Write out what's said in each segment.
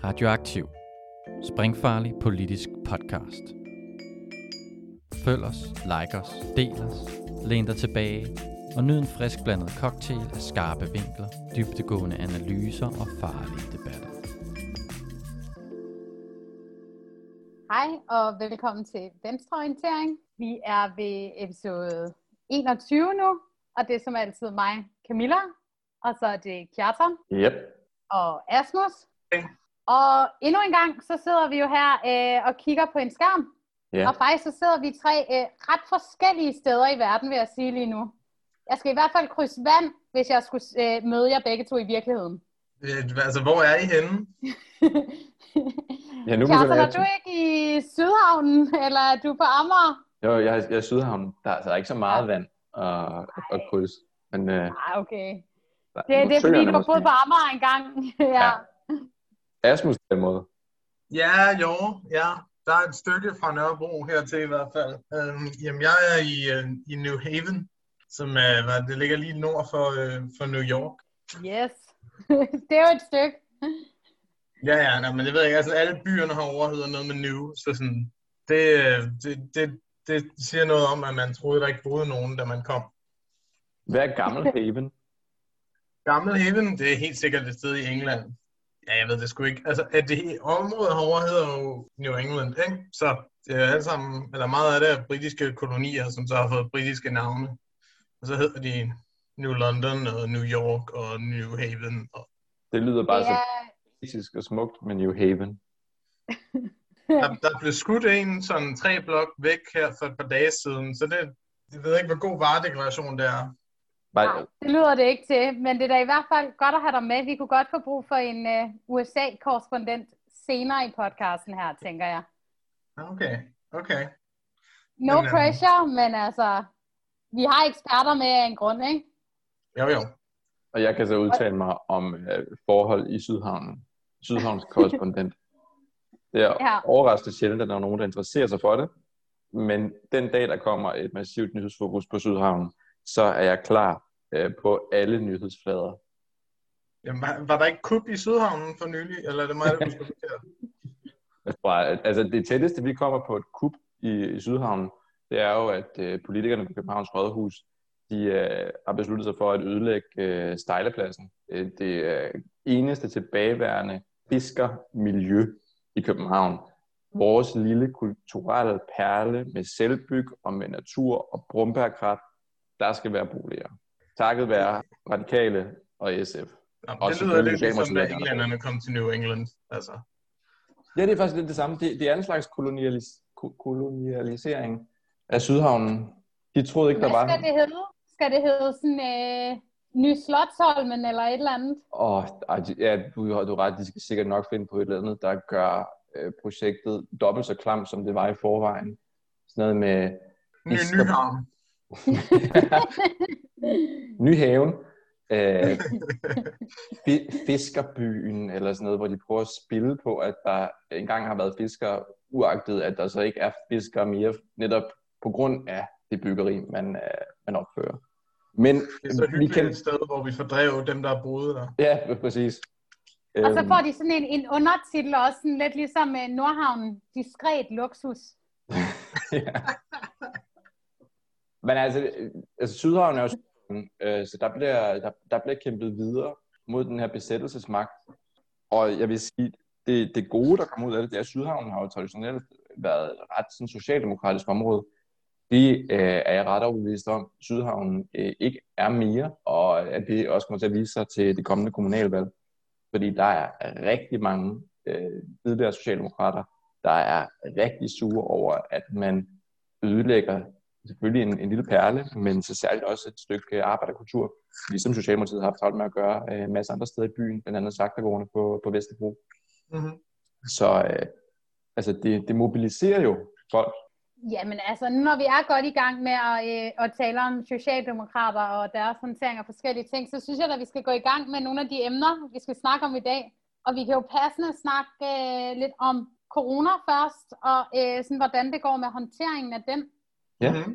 Radioaktiv. Springfarlig politisk podcast. Følg os, like os, del os, læn dig tilbage og nyd en frisk blandet cocktail af skarpe vinkler, dybdegående analyser og farlige debatter. Hej og velkommen til Venstreorientering. Vi er ved episode 21 nu, og det er som altid mig, Camilla, og så er det Kjartan og Asmus. Okay. Og endnu en gang, så sidder vi jo her og kigger på en skærm. Og faktisk så sidder vi tre ret forskellige steder i verden, vil jeg sige lige nu. Jeg skal i hvert fald krydse vand, hvis jeg skulle møde jer begge to i virkeligheden. Altså, hvor er I henne? Kjartan, er du ikke i Sydhavnen, eller er du på Amager? Jo, jeg er i Sydhavnen. Der er ikke så meget vand at krydse. Men, okay. Det er fordi, du har boet på Amager engang. Ja. Asmus derimod. Ja. Der er et stykke fra Nørrebro hertil i hvert fald. Jamen, jeg er i New Haven, som det ligger lige nord for New York. Yes, det er jo et stykke. Ja, men det ved jeg ikke. Altså, alle byerne herovre hedder noget med New, så sådan, det siger noget om, at man troede, der ikke boede nogen, da man kom. Hvad er Gammel Haven? Gammel Haven, det er helt sikkert et sted i England. Ja, jeg ved det sgu ikke. Altså, at det område herovre hedder jo New England, ikke? Så det er alle sammen, eller meget af det er britiske kolonier, som så har fået britiske navne. Og så hedder de New London og New York og New Haven. Det lyder bare så britisk og smukt med New Haven. Der blev skudt en sådan 3 blok væk her for et par dage siden, så jeg ved ikke, hvor god varedeklaration det er. Nej, det lyder det ikke til, men det er da i hvert fald godt at have dig med. Vi kunne godt få brug for en USA-korrespondent senere i podcasten her, tænker jeg. Okay. No pressure, men altså, vi har eksperter med af en grund, ikke? Jo. Og jeg kan så udtale mig om forhold i Sydhavnen. Sydhavns korrespondent. Det er overraskende sjældent, at der er nogen, der interesserer sig for det. Men den dag, der kommer et massivt nyhedsfokus på Sydhavnen, så er jeg klar på alle nyhedsflader. Jamen, var der ikke kup i Sydhavnen for nylig, eller er det mig, der husker forkert? Altså det tætteste, vi kommer på et kup i Sydhavnen, det er jo, at politikerne på Københavns Rådhus, de har besluttet sig for at ødelægge Stejlepladsen. Det eneste tilbageværende fiskermiljø i København. Vores lille kulturelle perle med selvbyg og med natur og brumbærkrat, der skal være boliger. Takket være Radikale og SF. Ja, det lyder lidt ligesom, da englænderne kom til New England. Altså. Ja, det er faktisk lidt det samme. Det er en slags kolonialisering af Sydhavnen. De troede ikke, der var... Hvad skal det hedde? Skal det hedde sådan Ny Slotsholmen eller et eller andet? Du har ret. De skal sikkert nok finde på et eller andet, der gør projektet dobbelt så klamt, som det var i forvejen. Sådan noget med... Nyhavn. Nyhaven. Fiskerbyen eller sådan noget, hvor de prøver at spille på, at der engang har været fiskere, uagtet at der så ikke er fiskere mere, netop på grund af det byggeri, man opfører. Men det er så hyggeligt et sted, hvor vi fordrev dem, der boede der. Ja, præcis. Og så får de sådan en undertitel også, sådan lidt ligesom Nordhavnen, diskret luksus. Ja. Men altså Sydhavnen er jo så der bliver kæmpet videre mod den her besættelsesmagt. Og jeg vil sige, det gode, der kommer ud af det, er, at Sydhavnen har jo traditionelt været ret sådan socialdemokratisk område. Det er jeg ret overbevist om, at Sydhavnen ikke er mere, og at det også kommer til at vise sig til det kommende kommunalvalg. Fordi der er rigtig mange tidligere socialdemokrater, der er rigtig sure over, at man ødelægger selvfølgelig en lille perle, men så særligt også et stykke arbejderkultur, ligesom Socialdemokratiet har haft travlt med at gøre en masse andre steder i byen, blandt andet Slagtergårdene på Vesterbro. Mm-hmm. Så det mobiliserer jo folk. Jamen altså, nu når vi er godt i gang med at tale om socialdemokrater og deres håndtering af forskellige ting, så synes jeg, at vi skal gå i gang med nogle af de emner, vi skal snakke om i dag. Og vi kan jo passende snakke lidt om corona først, og sådan, hvordan det går med håndteringen af den. Ja. Mm-hmm.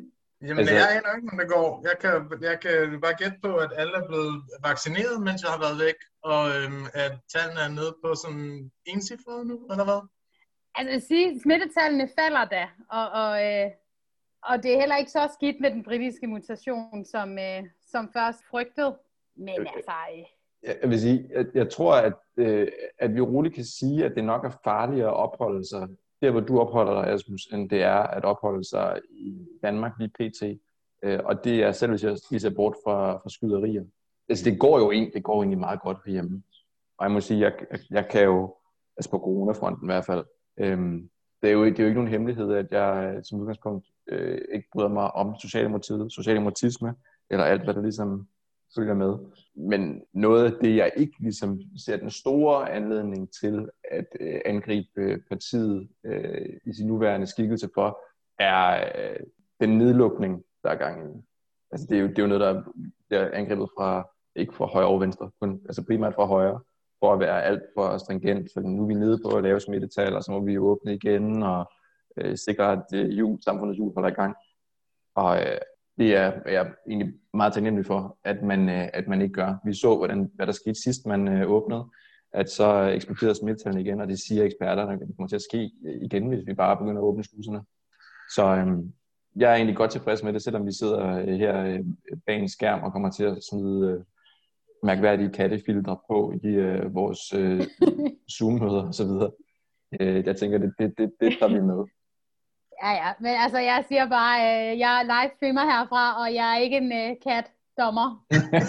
Jamen, altså, jeg aner ikke, om det går. Jeg kan bare gætte på, at alle er blevet vaccineret, mens jeg har været væk, og at tallene er nede på sådan encifrede nu, eller hvad? Altså, jeg vil sige, smittetallene falder da, og det er heller ikke så skidt med den britiske mutation, som først frygtet. Men altså... Jeg vil sige, jeg tror, at vi roligt kan sige, at det nok er farligere at opholde sig der, hvor du opholder dig, Asmus, end det er at opholde sig i Danmark lige pt. Og det er selv, hvis jeg ser bort fra skyderier. Altså, det går egentlig meget godt herhjemme. Og jeg må sige, jeg kan jo, altså på coronafronten i hvert fald, det er jo ikke nogen hemmelighed, at jeg som udgangspunkt ikke bryder mig om socialdemokratisme, eller alt, hvad der ligesom følger med. Men noget af det, jeg ikke ligesom ser den store anledning til at angribe partiet i sin nuværende skikkelse for, er den nedlukning, der er gang i. Altså det er jo noget, der er angrebet fra, ikke fra højre og venstre, kun altså primært fra højre, for at være alt for stringent. For nu er vi nede på at lave smittetal, og så må vi jo åbne igen og sikre, at samfundets hjul holder i gang. Og det er jeg egentlig meget taknemmelig for, at man ikke gør. Vi så, hvad der skete sidst, man åbnede, at så eksploderede smittetallene igen, og det siger eksperterne, at det kommer til at ske igen, hvis vi bare begynder at åbne sluserne. Så jeg er egentlig godt tilfreds med det, selvom vi sidder her bag en skærm og kommer til at smide mærkværdige kattefiltre på i vores Zoom-møder og så videre. Jeg tænker, det tager vi med. Ja, men altså jeg siger bare, jeg er livestreamer herfra, og jeg er ikke en kat-dommer.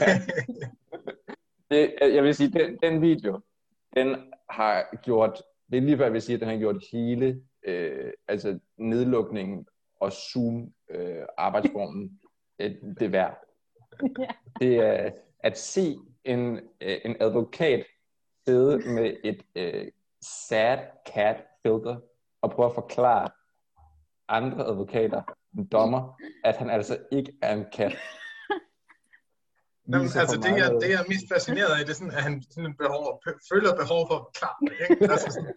Jeg vil sige, den video, den har gjort, det er lige før jeg vil sige, at den har gjort hele altså nedlukningen og Zoom arbejdsformen det værd. Ja. Det er at se en advokat sidde med et sad cat filter og prøve at forklare andre advokater, en dommer, at han altså ikke er en kat. Jamen, altså det jeg er mest fascineret af, det er sådan, at han sådan føler behov for at forklare det, ikke? Altså sådan.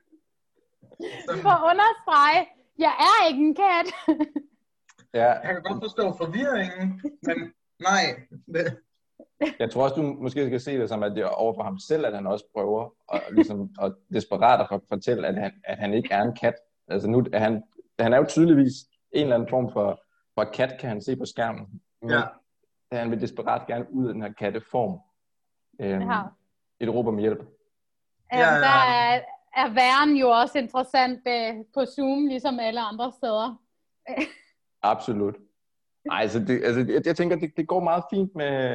For at understrege, jeg er ikke en kat. Ja. Jeg kan godt forstå forvirringen, men nej. Jeg tror også, du måske skal se det som, at det er over for ham selv, at han også prøver at desperat at fortælle, at han ikke er en kat. Altså nu er han er jo tydeligvis en eller anden form for kat, kan han se på skærmen. Men han vil desperat gerne ud af den her katteform. Et råb om hjælp. Der er væren jo også interessant på Zoom, ligesom alle andre steder. Absolut. Nej, jeg tænker, det går meget fint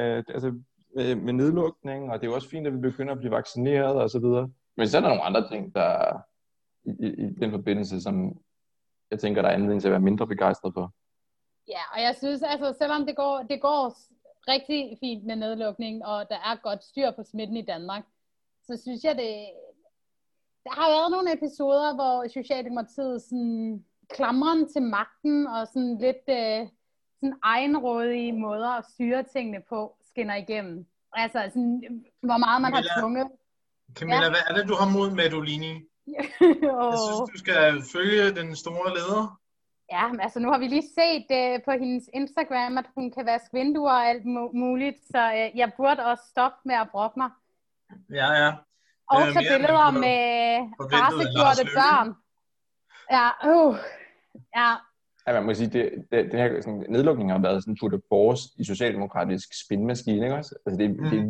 med nedlukning, og det er jo også fint, at vi begynder at blive vaccineret og så videre. Men så er der nogle andre ting, der i den forbindelse, som jeg tænker, der er anledning til at være mindre begejstret for. Ja, og jeg synes, altså, selvom det går rigtig fint med nedlukning, og der er godt styr på smitten i Danmark, så synes jeg, der har været nogle episoder, hvor Socialdemokratiet sådan klamren til magten og sådan lidt sådan egenrådige måder at styre tingene på skinner igennem. Altså sådan, hvor meget man har tvunget. Camilla, hvad er det, du har mod Medolini? Jeg synes, du skal følge den store leder. Ja, altså nu har vi lige set på hendes Instagram, at hun kan vaske vinduer og alt muligt, så jeg burde også stoppe med at brokke mig. Ja. Og så billeder med rasegjorte børn. Ja. Ja, man må sige, det her sådan, nedlukning har været sådan en tour de force i socialdemokratisk spinmaskine, ikke også? Altså, det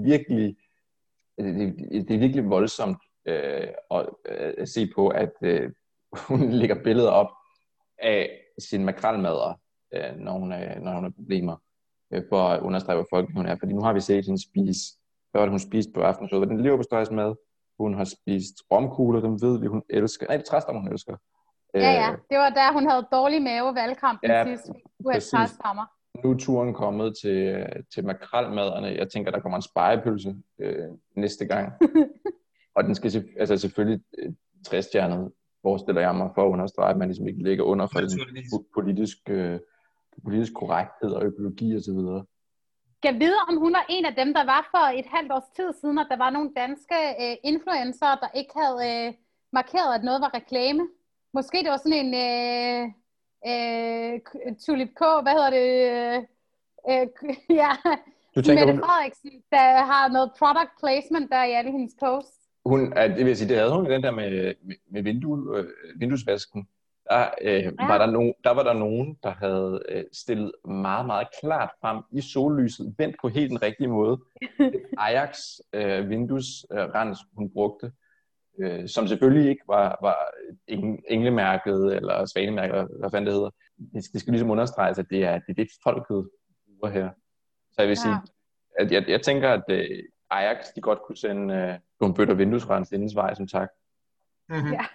er virkelig voldsomt at se på, at hun lægger billeder op af sin makrelmadder, når hun har problemer, for at understrege, hvor folkelig hun er. Fordi nu har vi set hende spise, hvad var det, hun spiste på aftenen? Så var det en leverpostejsmad. Hun har spist romkugler, dem ved vi, hun elsker. Nej, det træstammer, hun elsker. Ja, det var der, hun havde dårlig mave valgkampen sidst. Nu er turen kommet til makrelmaderne. Jeg tænker, der kommer en spegepølse næste gang. Og den skal selvfølgelig 60-stjernet, forestiller jeg mig, for at understrege, at man ligesom ikke ligger under for den politisk korrekthed og økologi osv. Jeg vide, om hun er en af dem, der var for et halvt års tid siden, at der var nogle danske influencer, der ikke havde markeret, at noget var reklame. Måske det var sådan Tulip K, hvad hedder det? Ja, Mette Frederiksen, der har noget product placement der i alle hendes posts. Det vil sige, det havde hun den der med vinduesvasken. Der var der nogen, der havde stillet meget, meget klart frem i sollyset, vendt på helt den rigtige måde. Ajax vinduesrens, hun brugte, som selvfølgelig ikke var englemærket eller svanemærket, hvad fanden det hedder. Det skal ligesom understreges, at det er det folket bruger her. Så jeg vil sige, at jeg tænker, at Ajax, de godt kunne sende nogle bøtter vinduesrens indens vej, som tak. Mm-hmm. Ja.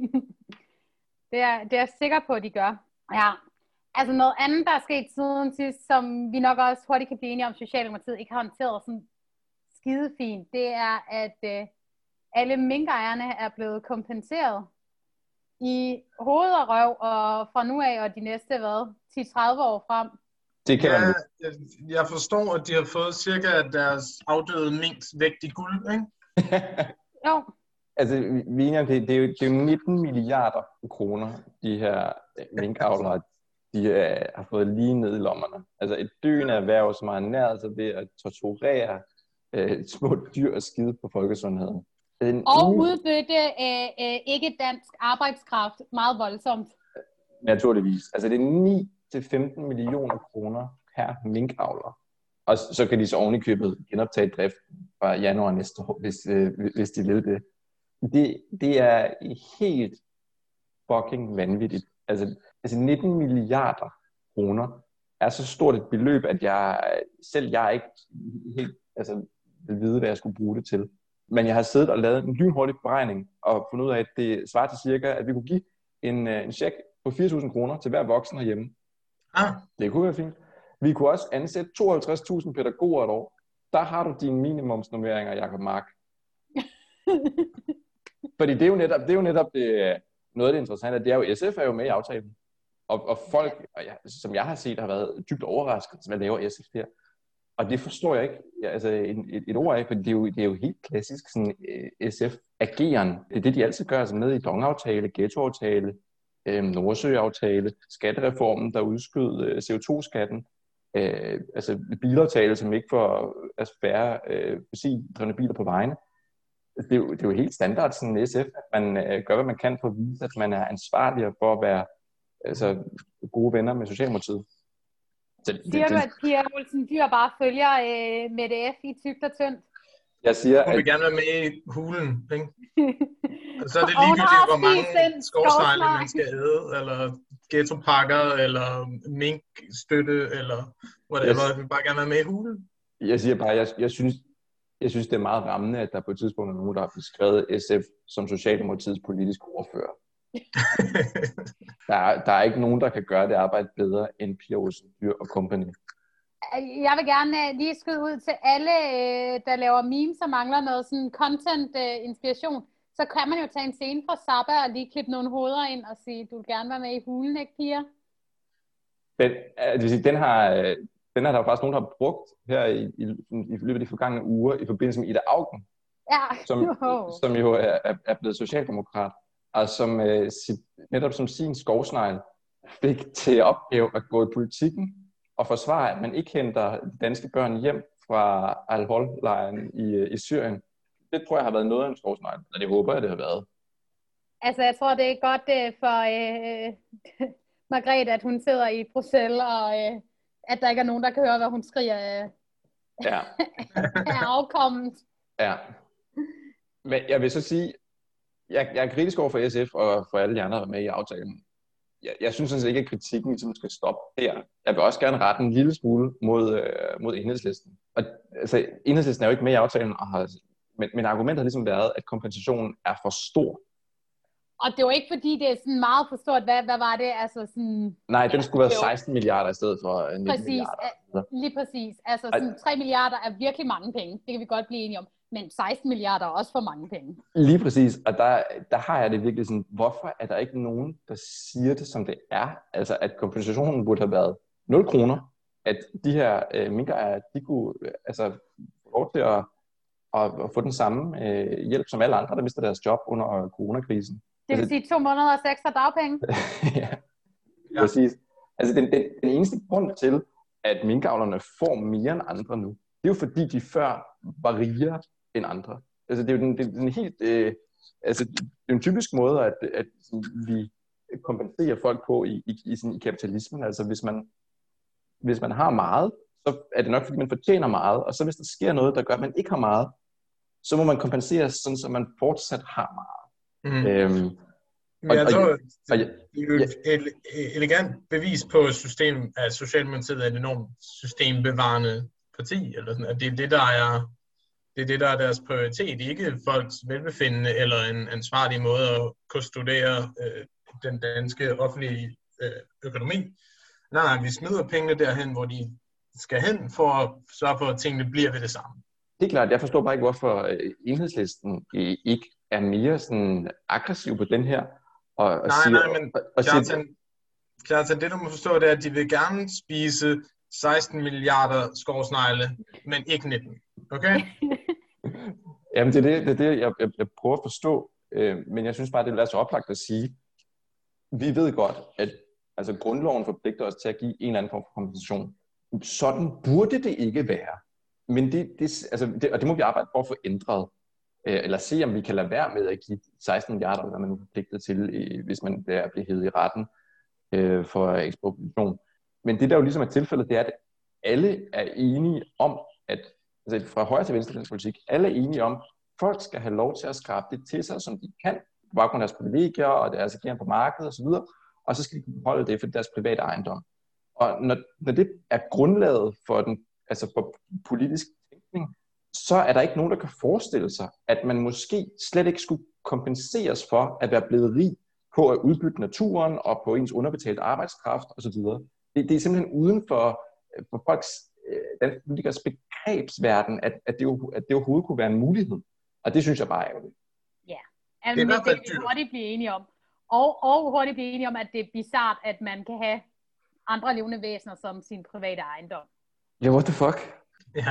Det er jeg sikker på, at de gør. Ja. Altså noget andet, der er sket siden sidst, som vi nok også hurtigt kan blive enige om, Socialdemokratiet ikke har håndteret sådan skidefint, det er, at alle minkejerne er blevet kompenseret i hoved og røv, og fra nu af og de næste, 10-30 år frem. Det kan jeg forstår, at de har fået cirka deres afdøde minks vægt i guld, ikke? Jo. Altså, det er jo 19 milliarder kroner, de her minkavlere, de har fået lige ned i lommerne. Altså et døende erhverv, som har ernæret sig ved at torturere små dyr og skide på folkesundheden. Og udbytte ikke dansk arbejdskraft meget voldsomt. Naturligvis. Altså det er 9-15 millioner kroner per minkavler. Og så kan de så ovenikøbet genoptage drift fra januar næste år, hvis de vil det. Det er helt fucking vanvittigt. Altså 19 milliarder kroner er så stort et beløb, at jeg ikke helt vil vide, hvad jeg skulle bruge det til. Men jeg har siddet og lavet en lynhurtig beregning og fundet ud af, at det svarer til cirka, at vi kunne give en check på 4.000 kroner til hver voksen herhjemme. Det kunne være fint. Vi kunne også ansætte 52.000 pædagoger et år. Der har du dine minimumsnormeringer, Jacob Mark. Fordi det er jo netop noget af det interessante, det er jo, SF er jo med i aftalen. Og folk, som jeg har set, har været dybt overrasket, hvad laver SF her. Og det forstår jeg ikke et ord af, for det er jo helt klassisk sådan, SF-ageren. Det er det, de altid gør, altså med i Dong-aftale, ghetto-aftale, Nordsø-aftale, skattereformen, der udskød CO2-skatten, bilaftale, som ikke får færre fossildrevne biler på vejene. Det er jo helt standard sådan SF, at man gør, hvad man kan for at vise, at man er ansvarlig for at være gode venner med Socialdemokratiet. Siger du, at Pia Olsen Dyhr bare følger Mette F. i tykt og tyndt? Jeg siger, hun vil gerne være med i hulen, ikke? Og så er det ligegyldigt, hvor mange skovsnegle man skal æde, eller ghettopakker, eller minkstøtte, eller whatever. Jeg vil bare gerne være med i hulen. Jeg siger bare, jeg synes, det er meget rammende, at der på et tidspunkt er nogen, der har beskrevet SF som Socialdemokratiets politiske ordfører. Der er ikke nogen, der kan gøre det arbejde bedre end Pia Olsen Dyhr og company. Jeg vil gerne lige skyde ud til alle, der laver memes og mangler noget sådan content-inspiration. Så kan man jo tage en scene fra Zappa og lige klippe nogle hoveder ind og sige, du vil gerne være med i hulen, ikke Pia? Den har der faktisk nogen, der har brugt her i løbet af de forgangne uger i forbindelse med Ida Auken, som jo er blevet socialdemokrat, og som netop som sin skovsnegl fik til opgave at gå i politikken og forsvare, at man ikke henter danske børn hjem fra Al-Hol-lejren i Syrien. Det tror jeg har været noget af en skovsnegl, og det håber jeg, det har været. Altså, jeg tror, det er godt for Margrethe, at hun sidder i Bruxelles, og at der ikke er nogen, der kan høre, hvad hun skriger af afkommet. Ja. Men jeg vil så sige, jeg er kritisk over for SF og for alle de andre, der er med i aftalen. Jeg synes sådan set ikke, at kritikken ligesom skal stoppe her. Jeg vil også gerne rette en lille smule mod Enhedslisten. Og altså, Enhedslisten er jo ikke med i aftalen, men argumentet har ligesom været, at kompensationen er for stor. Og det er jo ikke fordi, det er sådan meget for stort. Hvad var det? Altså sådan... Nej, den skulle være 16 milliarder i stedet for 19 præcis, milliarder. Lige præcis. Altså sådan 3 milliarder er virkelig mange penge. Det kan vi godt blive enige om. Men 16 milliarder er også for mange penge. Lige præcis. Og der har jeg det virkelig sådan, hvorfor er der ikke nogen, der siger det, som det er? Altså, at kompensationen burde have været 0 kroner. At de her minkejere, de kunne få lov til at få den samme hjælp som alle andre, der mister deres job under coronakrisen. Det vil sige 2 måneder og 6 dagpenge? Ja. Præcis. Altså den eneste grund til, at minkavlerne får mere end andre nu, det er jo fordi, de før var rigere end andre. Altså det er jo den helt... altså det er en typisk måde, at vi kompenserer folk på i kapitalismen. Altså hvis man har meget, så er det nok, fordi man fortjener meget. Og så hvis der sker noget, der gør, at man ikke har meget, så må man kompensere, sådan så man fortsat har meget. Men jeg tror, det er jo et elegant bevis på system, at Socialdemokratiet er et enormt systembevarende parti, eller sådan, at det er det, der er deres prioritet, ikke folks velbefindende eller en ansvarlig måde at kustodere den danske offentlige økonomi. Nej, vi smider pengene derhen, hvor de skal hen, for at sørge for, at tingene bliver ved det samme. Det er klart, jeg forstår bare ikke, hvorfor Enhedslisten ikke er mere sådan aggressiv på den her. Men Kjartan, det du må forstå, det er, at de vil gerne spise 16 milliarder skovsnegle, men ikke 19. Okay? Jamen, det er det, jeg prøver at forstå. Men jeg synes bare, det vil være så oplagt at sige, vi ved godt, at altså, grundloven forpligter os til at give en eller anden form for kompensation. Sådan burde det ikke være. Men og det må vi arbejde for at få ændret. Eller se, om vi kan lade være med at give 16 milliarder, hvad man nu er forpligtet til, hvis man bliver hævet i retten for ekspropriation. Men det, der jo ligesom er tilfældet, det er, at alle er enige om, at altså fra højre til venstre politik, alle er enige om, at folk skal have lov til at skrabe det til sig, som de kan, på baggrund af deres privilegier og deres ageren på markedet osv., og så skal de beholde det for deres private ejendom. Og når det er grundlaget for politisk tænkning, så er der ikke nogen, der kan forestille sig, at man måske slet ikke skulle kompenseres for at være blevet rig på at udbytte naturen og på ens underbetalt arbejdskraft osv. Det er simpelthen uden for folks danske politikers begrebsverden, at det overhovedet kunne være en mulighed. Og det synes jeg bare er ærgerligt. Ja, altså, det kan vi hurtigt blive enige om. Og hurtigt blive enige om, at det er bizart, at man kan have andre levende væsener som sin private ejendom. Ja, what the fuck? Ja.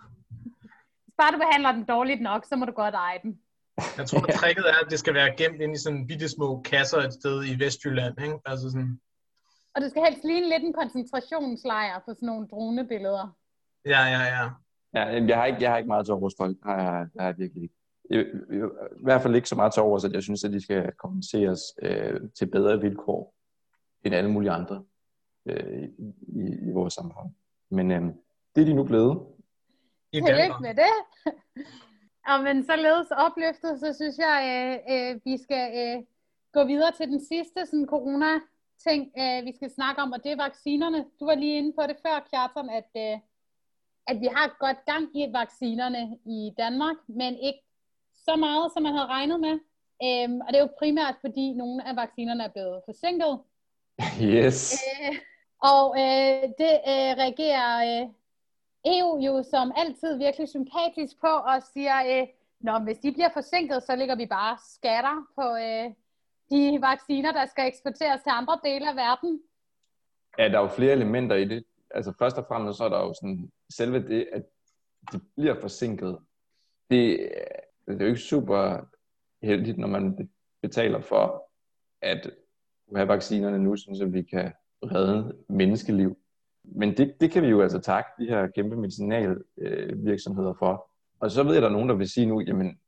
Hvis bare du behandler den dårligt nok, så må du godt eje den. Jeg tror, at tricket er, at det skal være gemt inde i sådan bitte små kasser et sted i Vestjylland, ikke? Altså sådan... Og det skal helst ligne lidt en koncentrationslejr for sådan nogle dronebilleder. Ja. Ja, jeg har ikke meget til overs folk. Jeg har virkelig ikke. I hvert fald ikke så meget til overs, at jeg synes, at de skal kompenseres til bedre vilkår end alle mulige andre i vores samfund. Men det er de nu blevet. Tillykke med det. Og men således opløftet, så synes jeg, vi skal gå videre til den sidste sådan corona-ting, vi skal snakke om, og det er vaccinerne. Du var lige inde på det før, Kjartan, at vi har godt gang i vaccinerne i Danmark, men ikke så meget, som man havde regnet med. Og det er jo primært, fordi nogle af vaccinerne er blevet forsinket. Yes. Det reagerer EU jo som altid virkelig sympatisk på og siger, hvis de bliver forsinket, så lægger vi bare skatter på de vacciner, der skal eksporteres til andre dele af verden. Ja, der er jo flere elementer i det. Altså først og fremmest så er der jo sådan selve det, at de bliver forsinket. Det er jo ikke super heldigt, når man betaler for at have vaccinerne nu, så vi kan redde menneskeliv. Men det kan vi jo altså takke de her kæmpe medicinalvirksomheder for. Og så ved jeg, der er nogen, der vil sige nu, jamen,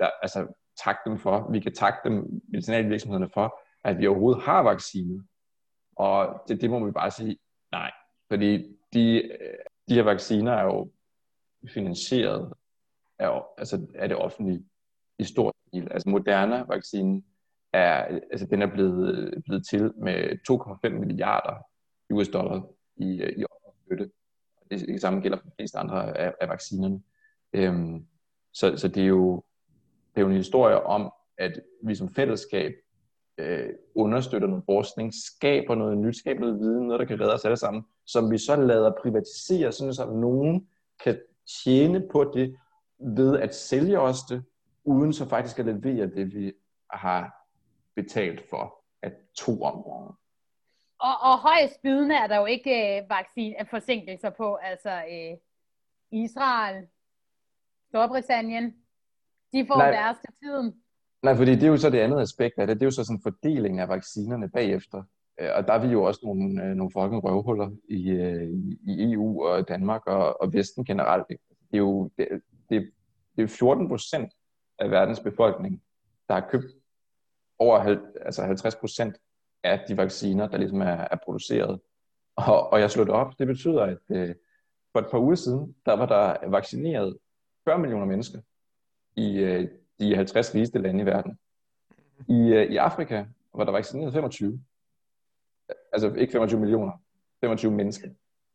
vi kan takke dem medicinalvirksomhederne for, at vi overhovedet har vacciner. Og det må vi bare sige nej. Fordi de her vacciner er jo finansieret af det offentlige i stor stil. Altså Moderna-vaccinen den er blevet til med 2,5 milliarder US dollar i støtte. Det samme gælder for de fleste andre af vaccinerne. Så det er jo en historie om, at vi som fællesskab understøtter noget forskning, skaber noget nyt, skaber noget viden, noget der kan redde os alle sammen, som vi så lader privatisere, sådan så nogen kan tjene på det ved at sælge os det, uden så faktisk at levere det, vi har betalt for at tro om morgenen. Og højst bydende er der jo ikke forsinkelser på, altså Israel, Storbritannien, de får deres til tiden. Nej, fordi det er jo så det andet aspekt af det, det er jo så sådan fordelingen af vaccinerne bagefter. Og der er vi jo også nogle fucking røvhuller i EU og Danmark og Vesten generelt. Det er jo det er 14% af verdens befolkning, der har købt over 50% af de vacciner, der ligesom er produceret. Og jeg slog det op. Det betyder, at for et par uger siden, der var der vaccineret 40 millioner mennesker i de 50 rigeste lande i verden. I Afrika var der vaccineret 25. Altså ikke 25 millioner, 25 mennesker.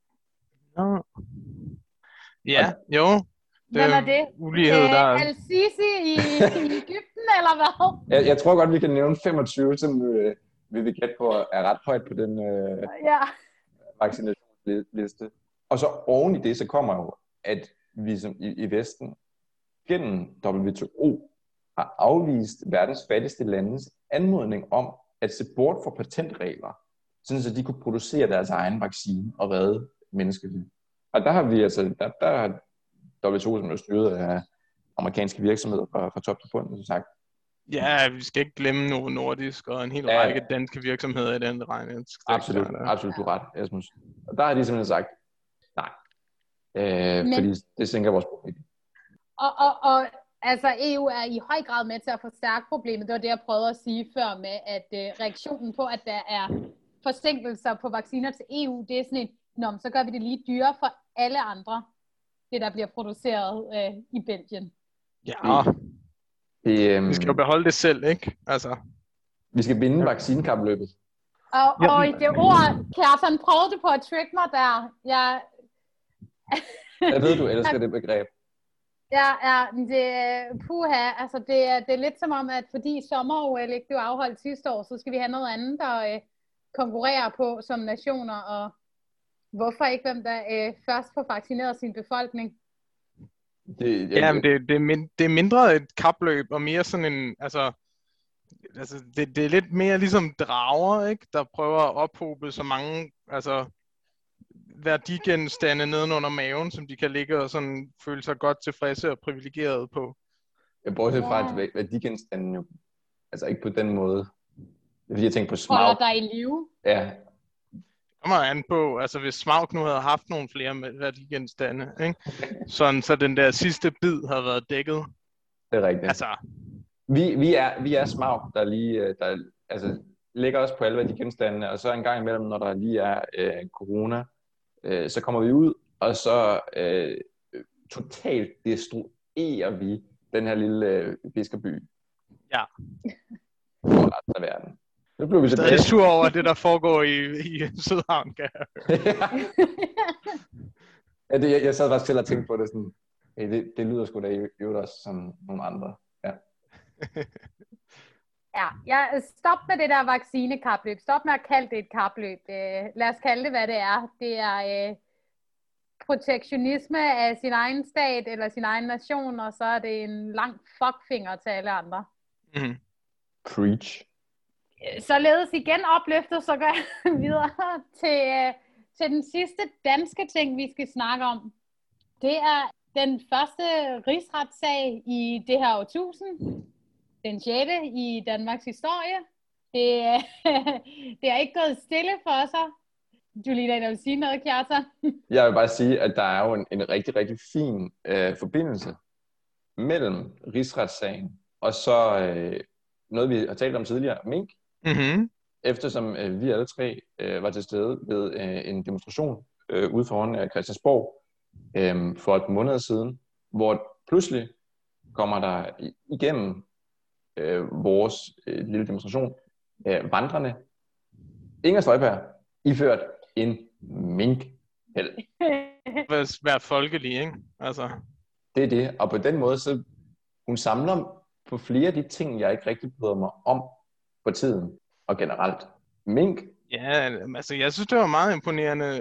Ja, jo. Hvem er det? Ulighed, der... Al-Sisi i Egypten, eller hvad? Jeg tror godt, vi kan nævne 25, som vi vil gætte på er ret højt på den vaccinationsliste. Og så oven i det, så kommer jo, at vi som i Vesten gennem WTO har afvist verdens fattigste landes anmodning om at se bort fra patentregler, sådan så de kunne producere deres egen vaccine og redde menneskeliv. Og der har vi der har WTO, som er styret af amerikanske virksomheder fra top til bund, som sagt. Ja, vi skal ikke glemme Novo Nordisk og en hel række danske virksomheder i den regning. Absolut, du ret, Asmus. Og der har de simpelthen sagt, nej, fordi det sænker vores problem. Og altså EU er i høj grad med til at forstærke problemet. Det var det, jeg prøvede at sige før med, at reaktionen på, at der er forsinkelser på vacciner til EU, det er sådan en, så gør vi det lige dyrere for alle andre, det der bliver produceret i Belgien. Ja, vi skal jo beholde det selv, ikke? Altså. Vi skal vinde vaccinekapløbet. Og i det ord, Kjartan prøvede på at trick mig der. Jeg ved, du elsker det begreb. Ja, altså det er lidt som om, at fordi sommer-OL ikke blev afholdt sidste år, så skal vi have noget andet at konkurrere på som nationer, og hvorfor ikke, hvem der først får vaccineret sin befolkning? Det er mindre et kapløb, og mere sådan en, altså det er lidt mere ligesom drager, ikke? Der prøver at ophobe så mange, værdigenstande nedenunder maven, som de kan ligge og sådan føle sig godt tilfredse og privilegerede på. Jeg bortset fra, at værdigenstanden jo, altså ikke på den måde. Det er fordi, jeg tænker på smag. Holder dig i live? Ja. Det kommer an på, altså hvis Smaug nu havde haft nogle flere værdigenstande, ikke? Sådan, så den der sidste bid havde været dækket. Det er rigtigt. Altså. Vi er Smaug, der ligger også på alle værdigenstandene, og så en gang imellem, når der lige er corona, så kommer vi ud, og så totalt destruerer vi den her lille fiskerby. Ja. For resten af verden. Nu blev vi stadig sur over det, der foregår i Sydhavn, kan jeg høre. Jeg sad faktisk til at tænke på det sådan, det lyder sgu da i øvrigt også som nogle andre. Ja. Ja, stop med det der vaccinekapløb. Stop med at kalde det et kapløb. Lad os kalde det, hvad det er. Det er protektionisme af sin egen stat eller sin egen nation, og så er det en lang fuckfinger til alle andre. Mm. Preach. Således igen opløftet, så går jeg videre til den sidste danske ting, vi skal snakke om. Det er den første rigsretssag i det her årtusind. Den 6. i Danmarks historie. Det er ikke gået stille for sig. Du lige vil sige noget, Kjartan? Jeg vil bare sige, at der er jo en rigtig, rigtig fin forbindelse mellem rigsretssagen og så noget, vi har talt om tidligere, mink. Mm-hmm. Eftersom vi alle tre var til stede ved en demonstration ude foran Christiansborg for et måned siden, hvor pludselig kommer der igennem vores lille demonstration vandrende Inger Støjberg iført en minkhjelm. Være folkelig, ikke? Altså. Det er det, og på den måde, så hun samler på flere af de ting, jeg ikke rigtig bryder mig om på tiden, og generelt. Mink. Ja, altså jeg synes, det var meget imponerende,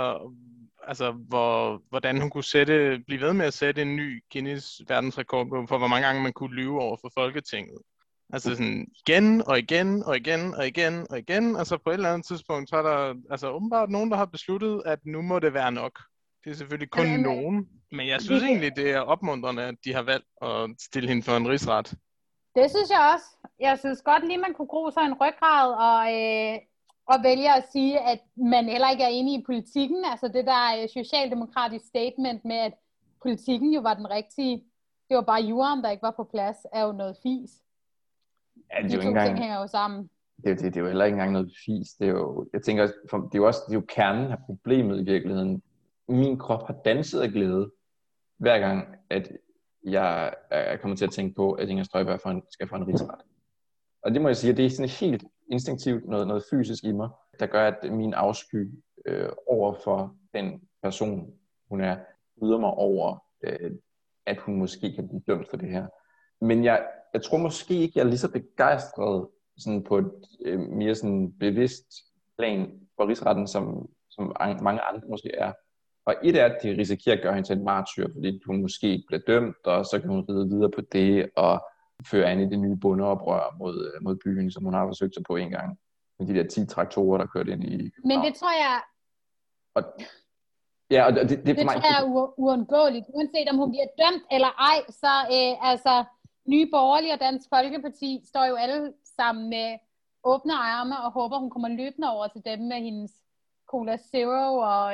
hvordan hun kunne blive ved med at sætte en ny Guinness verdensrekord for, hvor mange gange man kunne lyve over for Folketinget. Altså sådan igen og igen og igen og igen og igen. Altså på et eller andet tidspunkt, så er der åbenbart nogen, der har besluttet, at nu må det være nok. Det er selvfølgelig kun nogen. Men jeg synes egentlig, det er opmuntrende, at de har valgt at stille hende for en rigsret. Det synes jeg også. Jeg synes godt lige, man kunne gro sig en ryggrad, og og vælger at sige, at man heller ikke er enig i politikken. Altså det der socialdemokratiske statement med, at politikken jo var den rigtige. Det var bare juraen, der ikke var på plads, er jo noget fis. Ja, De to ting hænger jo sammen. Det er jo heller ikke engang noget fis. Det er jo, jeg tænker, det er jo kernen af problemet i virkeligheden. Min krop har danset af glæde, hver gang, at jeg er kommet til at tænke på, at Inger Støjberg skal få en rigsret. Og det må jeg sige, at det er sådan helt instinktivt noget fysisk i mig, der gør, at min afsky over for den person, hun er, yder mig over, at hun måske kan blive dømt for det her. Men jeg tror måske ikke, jeg er lige så begejstret sådan på et mere sådan bevidst plan for rigsretten, som mange andre måske er. Og et er, at de risikerer at gøre hende til en martyr, fordi hun måske ikke bliver dømt, og så kan hun ride videre på det, og føre an i det nye bondeoprør mod byen, som hun har forsøgt sig på en gang. Med de der 10 traktorer, der kørte ind i København. Men det tror jeg... Og det tror jeg er uundgåeligt. Uanset om hun bliver dømt eller ej, så altså Nye Borgerlige og Dansk Folkeparti står jo alle sammen med åbne arme og håber, hun kommer løbende over til dem med hendes Cola Zero og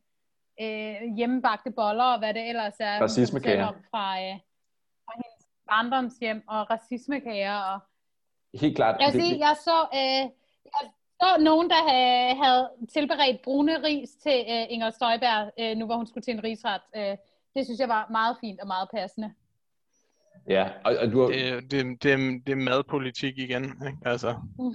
hjemmebagte boller og hvad det ellers er. Racismekager. Fra hendes barndomshjem og racismekager. Og... Helt klart. Jeg så nogen, der havde tilberedt brune ris til Inger Støjberg, nu hvor hun skulle til en rigsret. Det synes jeg var meget fint og meget passende. Ja, og du har... det er madpolitik igen, ikke? Altså.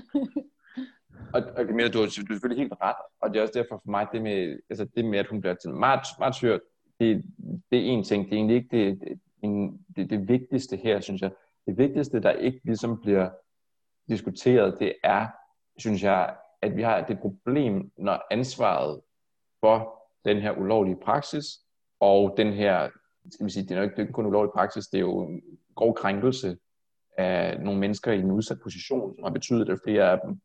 og Camilla, du er selvfølgelig helt ret, og det er også derfor for mig, det med at hun bliver til martyr, det er en ting. Det er egentlig ikke det vigtigste her, synes jeg. Det vigtigste, der ikke ligesom bliver diskuteret, det er, synes jeg, at vi har det problem, når ansvaret for den her ulovlige praksis, og den her, skal vi sige, det er jo ikke kun ulovlig praksis, det er jo en grov krænkelse af nogle mennesker i en udsat position, som har betydet, at flere af dem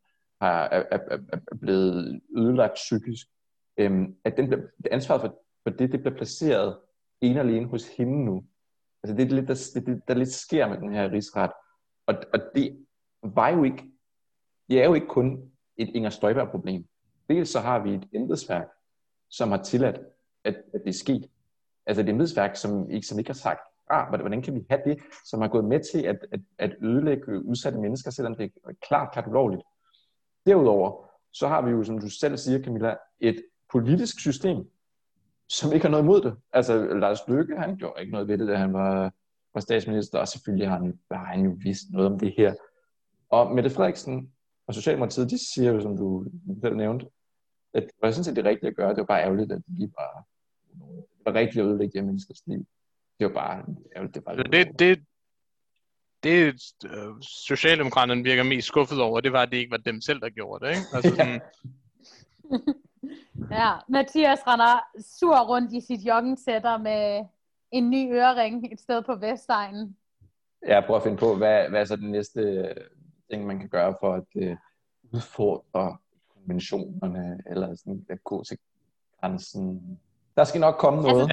er blevet ødelagt psykisk. At ansvaret for det bliver placeret en alene hos hende nu. Altså det er lidt, der lidt sker med den her rigsret. Og det var jo ikke, det er jo ikke kun et Inger Støjberg-problem. Dels så har vi et embedsværk, som har tilladt, at det er sket. Altså et embedsværk, som ikke har sagt, hvordan kan vi have det, som har gået med til at ødelægge udsatte mennesker, selvom det er klart ulovligt. Derudover, så har vi jo, som du selv siger, Camilla, et politisk system, som ikke har noget imod det. Altså Lars Løkke, han gjorde ikke noget ved det, da han var statsminister, og selvfølgelig har han jo vidst noget om det her. Og Mette Frederiksen og Socialdemokratiet, de siger jo, som du selv nævnte, at det var sådan set det rigtige at gøre. Det var bare ærgerligt, at det var rigtigt at ødelægge de her menneskers liv. Det var bare ærgerligt. Det Socialdemokraterne virker mest skuffet over, det var, at det ikke var dem selv, der gjorde det, ikke? Altså sådan... Ja, Mathias render sur rundt i sit jogging-sætter med en ny ørering et sted på Vestegnen. Jeg prøver at finde på, hvad er så den næste ting, man kan gøre for at udfordre konventionerne, eller sådan at gå til grænsen. Der skal nok komme noget.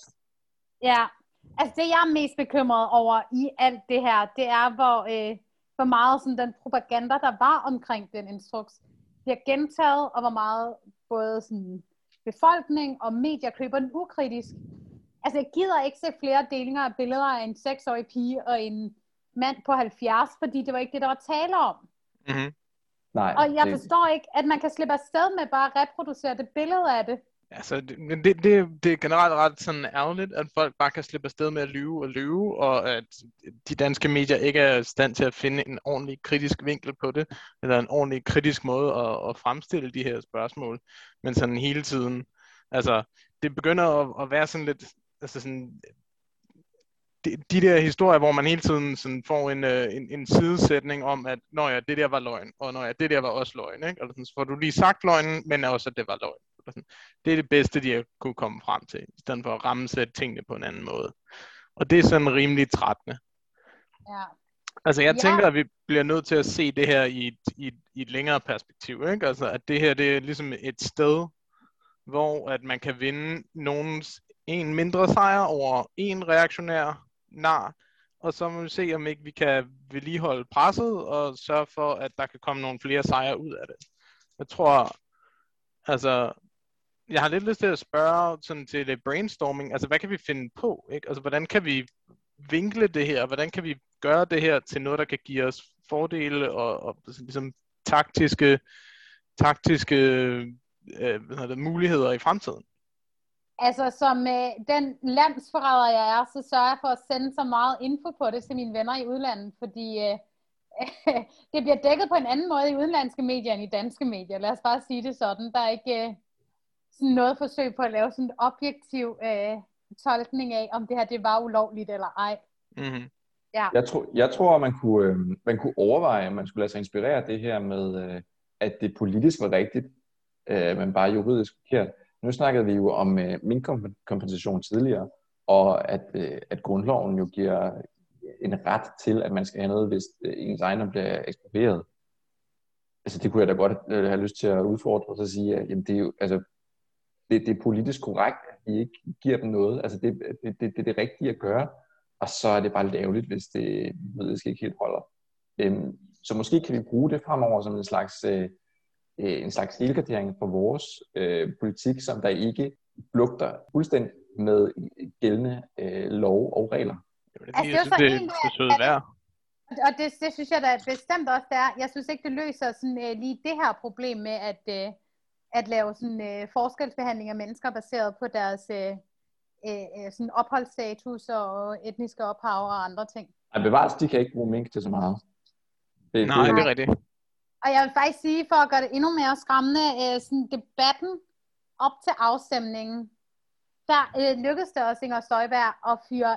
Altså det jeg er mest bekymret over i alt det her, det er hvor meget sådan, den propaganda, der var omkring den instruks, bliver gentaget, og hvor meget både sådan, befolkning og medier køber den ukritisk. Altså jeg gider ikke se flere delinger af billeder af en 6-årig pige og en mand på 70, fordi det var ikke det, der var tale om. Mm-hmm. Nej, og jeg forstår ikke, at man kan slippe afsted med bare at reproducere det billede af det. Altså, det er generelt ret sådan ærgerligt, at folk bare kan slippe afsted med at lyve, og at de danske medier ikke er i stand til at finde en ordentlig kritisk vinkel på det, eller en ordentlig kritisk måde at fremstille de her spørgsmål, men sådan hele tiden, altså, det begynder at være sådan lidt, altså sådan, de der historier, hvor man hele tiden sådan får en sidesætning om, at når ja, det der var løgn, og når ja, det der var også løgn, ikke? Altså, så får du lige sagt løgnen, men også, at det var løgn. Det er det bedste, de har kunne komme frem til, i stedet for at rammesætte tingene på en anden måde. Og det er sådan rimelig trættende. Ja. Altså jeg tænker, at vi bliver nødt til at se det her i et længere perspektiv, ikke? Altså at det her, det er ligesom et sted, hvor at man kan vinde en mindre sejr over en reaktionær nar, og så må vi se, om ikke vi kan vedligeholde presset og sørge for, at der kan komme nogle flere sejre ud af det. Jeg tror, altså, jeg har lidt lyst til at spørge sådan til det brainstorming, altså hvad kan vi finde på, ikke? Altså hvordan kan vi vinkle det her, hvordan kan vi gøre det her til noget, der kan give os fordele og ligesom taktiske muligheder i fremtiden? Altså som den landsforræder jeg er, så sørger jeg for at sende så meget info på det til mine venner i udlandet, fordi det bliver dækket på en anden måde i udenlandske medier end i danske medier. Lad os bare sige det sådan. Der er ikke sådan noget forsøg på at lave sådan en objektiv tolkning af, om det her det var ulovligt eller ej. Mm-hmm. Ja. Jeg tror, man kunne overveje, at man skulle lade sig inspirere det her med, at det politisk var rigtigt, men bare juridisk forkert. Nu snakkede vi jo om minkkompensation tidligere, og at grundloven jo giver en ret til, at man skal have noget, hvis ens ejendom bliver eksproprieret. Altså det kunne jeg da godt have lyst til at udfordre og så sige, at jamen, det er jo, altså, det er politisk korrekt, at vi ikke giver dem noget. Altså det er det rigtige at gøre, og så er det bare lidt ærgerligt, hvis det juridisk ikke helt holder. Så måske kan vi bruge det fremover som en slags helgardering for vores politik, som der ikke flugter fuldstændig med gældende lov og regler. Og det synes jeg da bestemt også, det er. Jeg synes ikke, det løser sådan, lige det her problem med at lave sådan, forskelsbehandling af mennesker baseret på deres sådan opholdsstatus og etniske ophav og andre ting. Ej, bevares, de kan ikke bruge mink til så meget. Det er rigtigt. Og jeg vil faktisk sige, for at gøre det endnu mere skræmmende, sådan debatten op til afstemningen, der lykkedes det også Inger Støjberg at fyre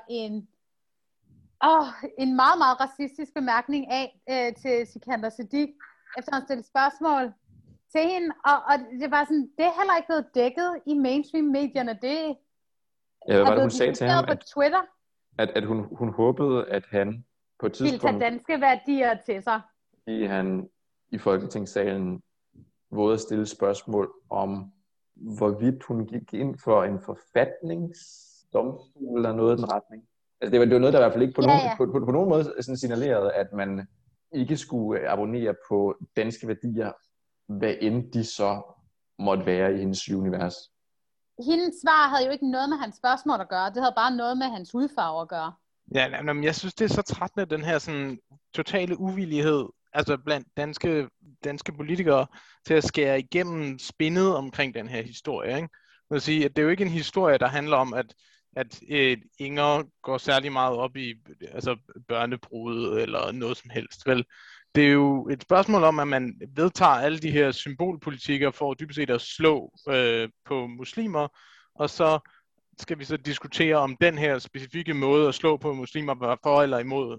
en meget, meget racistisk bemærkning af til Sikander Siddique, efter at stille spørgsmål til hende, og det var sådan, det er heller ikke blevet dækket i mainstream-medierne, det var det, hun sagde til ham, på Twitter, at hun håbede, at han på et tidspunkt ville tage danske værdier til sig. Fordi han i Folketingssalen vågede at stille spørgsmål om, hvorvidt hun gik ind for en forfatningsdomstol eller noget i den retning. Altså det var noget, der i hvert fald ikke på nogen måde sådan signalerede, at man ikke skulle abonnere på danske værdier, hvad end de så måtte være i hendes univers. Hendes svar havde jo ikke noget med hans spørgsmål at gøre. Det havde bare noget med hans hudfarve at gøre. Ja, men jeg synes, det er så trættende, den her sådan totale uvillighed, altså blandt danske politikere, til at skære igennem spinnet omkring den her historie. Ikke? Jeg vil sige, at det er jo ikke en historie, der handler om, at Inger går særlig meget op i børnebrud eller noget som helst. Vel, det er jo et spørgsmål om, at man vedtager alle de her symbolpolitikker for dybest set at slå på muslimer, og så skal vi så diskutere, om den her specifikke måde at slå på muslimer var for eller imod,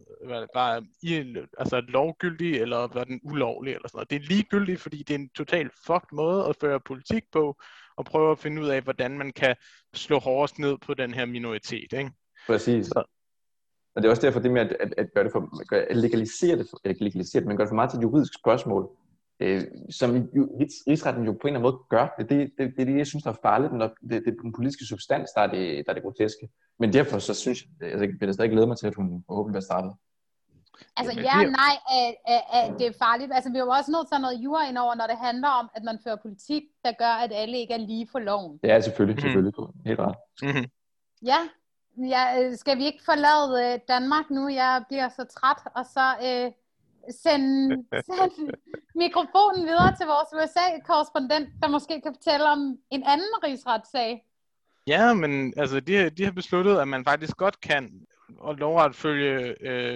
var lovgyldig, eller var den ulovlig, eller sådan noget. Det er ligegyldigt, fordi det er en totalt fucked måde at føre politik på, og prøve at finde ud af, hvordan man kan slå hårdest ned på den her minoritet. Ikke? Præcis. Og det er også derfor det med at gøre det at legalisere det, men gøre det for meget til et juridisk spørgsmål, som rigsretten jo på en eller anden måde gør. Det er det, jeg synes, der er farligt, når det er den politiske substans, der er det groteske. Men derfor så synes jeg vil jeg stadig glæde mig til, at hun forhåbentlig bliver startet. Altså det er farligt. Altså vi er jo også nødt til at have noget jura ind over, når det handler om, at man fører politik, der gør, at alle ikke er lige for loven. Ja, selvfølgelig. Helt ret. Mm-hmm. Ja, skal vi ikke forlade Danmark nu? Jeg bliver så træt, og så sende mikrofonen videre til vores USA-korrespondent, der måske kan fortælle om en anden rigsretssag. Ja, men altså, de har besluttet, at man faktisk godt kan og lovret følge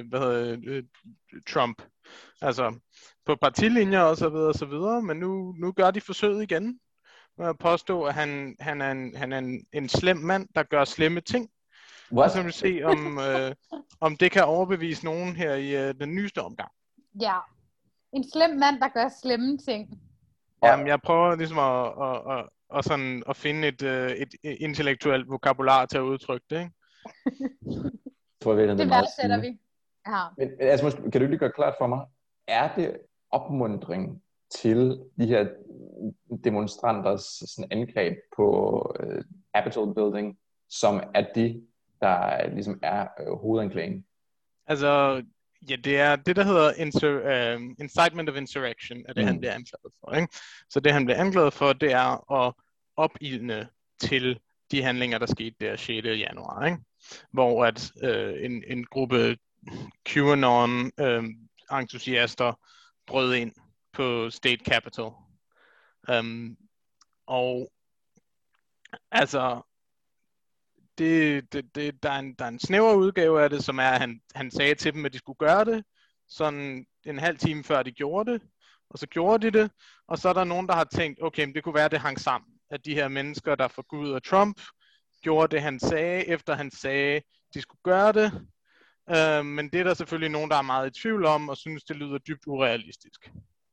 Trump. Altså på partilinjer og så videre, men nu gør de forsøget igen med at påstå, at han er en slem mand, der gør slemme ting. Og så vil vi se, om det kan overbevise nogen her i den nyeste omgang. Ja, en slem mand, der gør slemme ting. Jamen, jeg prøver ligesom at finde et intellektuelt vokabular til at udtrykke det, ikke? Det værdsætter vi. Ja. Men altså, kan du lige gøre klart for mig, er det opmuntring til de her demonstranters sådan angreb på Capitol Building, som er det, der ligesom er hovedanklagen? Altså, Ja, det er det, der hedder incitement of insurrection, er det, han bliver anklaget for. Ikke? Så det, han bliver anklaget for, det er at opildne til de handlinger, der skete der 6. januar. Ikke? Hvor at en gruppe QAnon-entusiaster brød ind på State Capitol. Og altså, der er en snæver udgave af det, som er, at han sagde til dem, at de skulle gøre det, sådan en halv time før de gjorde det, og så gjorde de det, og så er der nogen, der har tænkt, okay, det kunne være, det hang sammen, at de her mennesker, der forguder Trump, gjorde det, han sagde, efter han sagde, de skulle gøre det, men det er der selvfølgelig nogen, der er meget i tvivl om, og synes, det lyder dybt urealistisk.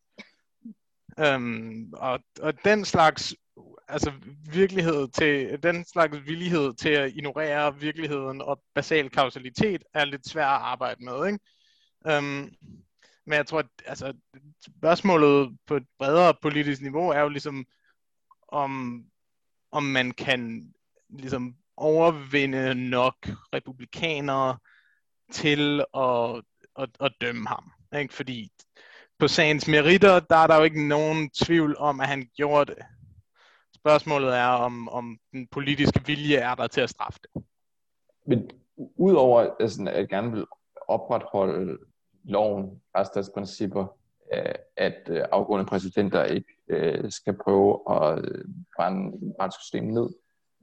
Og den slags den slags villighed til at ignorere virkeligheden og basal kausalitet er lidt svært at arbejde med, ikke? Men jeg tror, at spørgsmålet på et bredere politisk niveau er jo ligesom, om man kan ligesom overvinde nok republikanere til at dømme ham, ikke? Fordi på sagens meritter, der er der jo ikke nogen tvivl om, at han gjorde det. Spørgsmålet er, om den politiske vilje er der til at straffe det. Men udover at gerne vil opretholde loven, retsstatsprincipper, at afgående præsidenter ikke skal prøve at brænde retssystemet ned,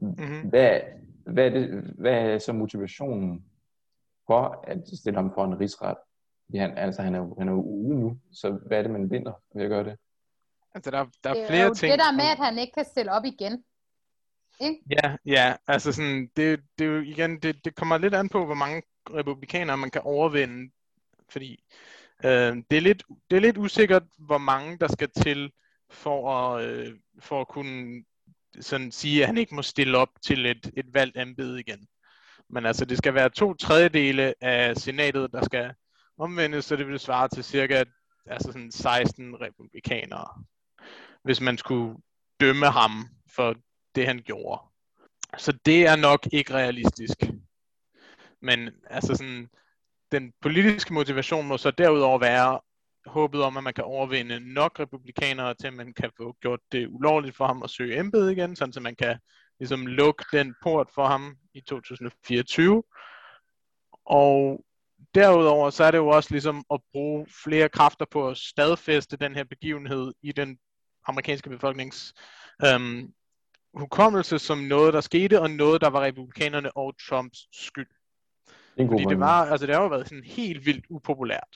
hvad er så motivationen for at stille ham for en rigsret? Han er jo ude nu, så hvad er det, man vinder ved at gøre det? Altså, der er flere det er jo ting. Det der med, at han ikke kan stille op igen. Ikke? Ja, altså sådan, det er jo igen, det kommer lidt an på, hvor mange republikanere man kan overvinde, fordi det er lidt usikkert, hvor mange der skal til for at kunne sådan sige, at han ikke må stille op til et valgt embede igen. Men altså, det skal være 2/3 af senatet, der skal omvendes, så det vil svare til cirka sådan 16 republikanere, hvis man skulle dømme ham for det, han gjorde. Så det er nok ikke realistisk. Men altså sådan, den politiske motivation må så derudover være håbet om, at man kan overvinde nok republikanere til, at man kan få gjort det ulovligt for ham at søge embede igen, sådan så man kan ligesom lukke den port for ham i 2024. Og derudover så er det jo også ligesom at bruge flere kræfter på at stadfæste den her begivenhed i den amerikanske befolknings hukommelse som noget, der skete, og noget, der var republikanerne og Trumps skyld. Fordi det har jo været sådan helt vildt upopulært.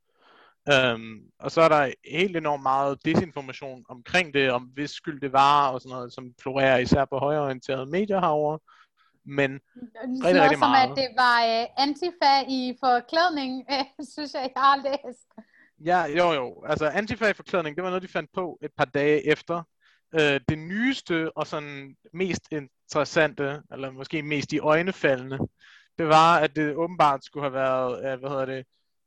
Og så er der helt enormt meget desinformation omkring det, om hvis skyld det var, og sådan noget, som florerer især på højreorienterede medier herovre. Men rigtig som meget. At det var Antifa i forklædning, synes jeg har læst. Ja, jo. Altså Antifa i forklædning, det var noget, de fandt på et par dage efter. Det nyeste og sådan mest interessante, eller måske mest iøjnefaldende, det var, at det åbenbart skulle have været,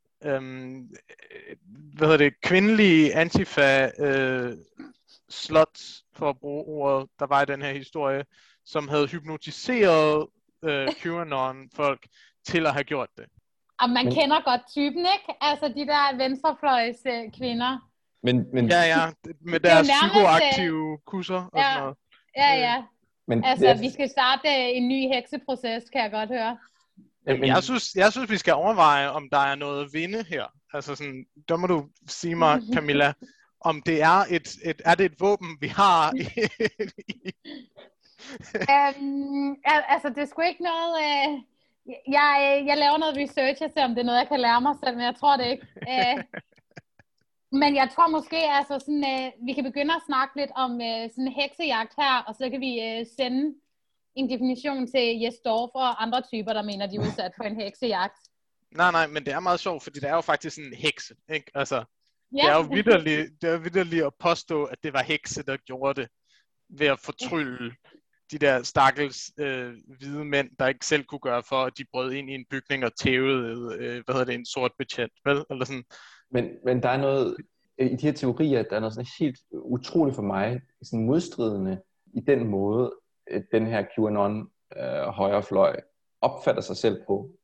kvindelige Antifa sluts, for at bruge ordet, der var i den her historie, som havde hypnotiseret QAnon-folk til at have gjort det. Og man kender godt typen, ikke? Altså de der venstrefløjs kvinder. Men ja, med deres psykoaktive kusser og sådan noget. Ja. Men altså, vi skal starte en ny hekseproces, kan jeg godt høre. Jeg synes, vi skal overveje, om der er noget at vinde her. Altså sådan, der må du sige mig, Camilla, om det er et våben, vi har altså, det er sgu ikke noget... Jeg laver noget research, jeg ser, om det er noget, jeg kan lære mig selv, men jeg tror det ikke. Men jeg tror måske, altså sådan, vi kan begynde at snakke lidt om sådan en heksejagt her, og så kan vi sende en definition til Jes Dorf og andre typer, der mener, de er udsat for en heksejagt. Nej, men det er meget sjovt, fordi det er jo faktisk en hekse, ikke? Altså, det er jo vitterligt at påstå, at det var hekse, der gjorde det, ved at fortrylle de der stakkels hvide mænd, der ikke selv kunne gøre for, at de brød ind i en bygning og tævede, en sort betjent, vel? Eller sådan. Men der er noget, i de her teorier, der er noget sådan helt utroligt for mig, sådan modstridende i den måde, den her QAnon højrefløj opfatter sig selv på.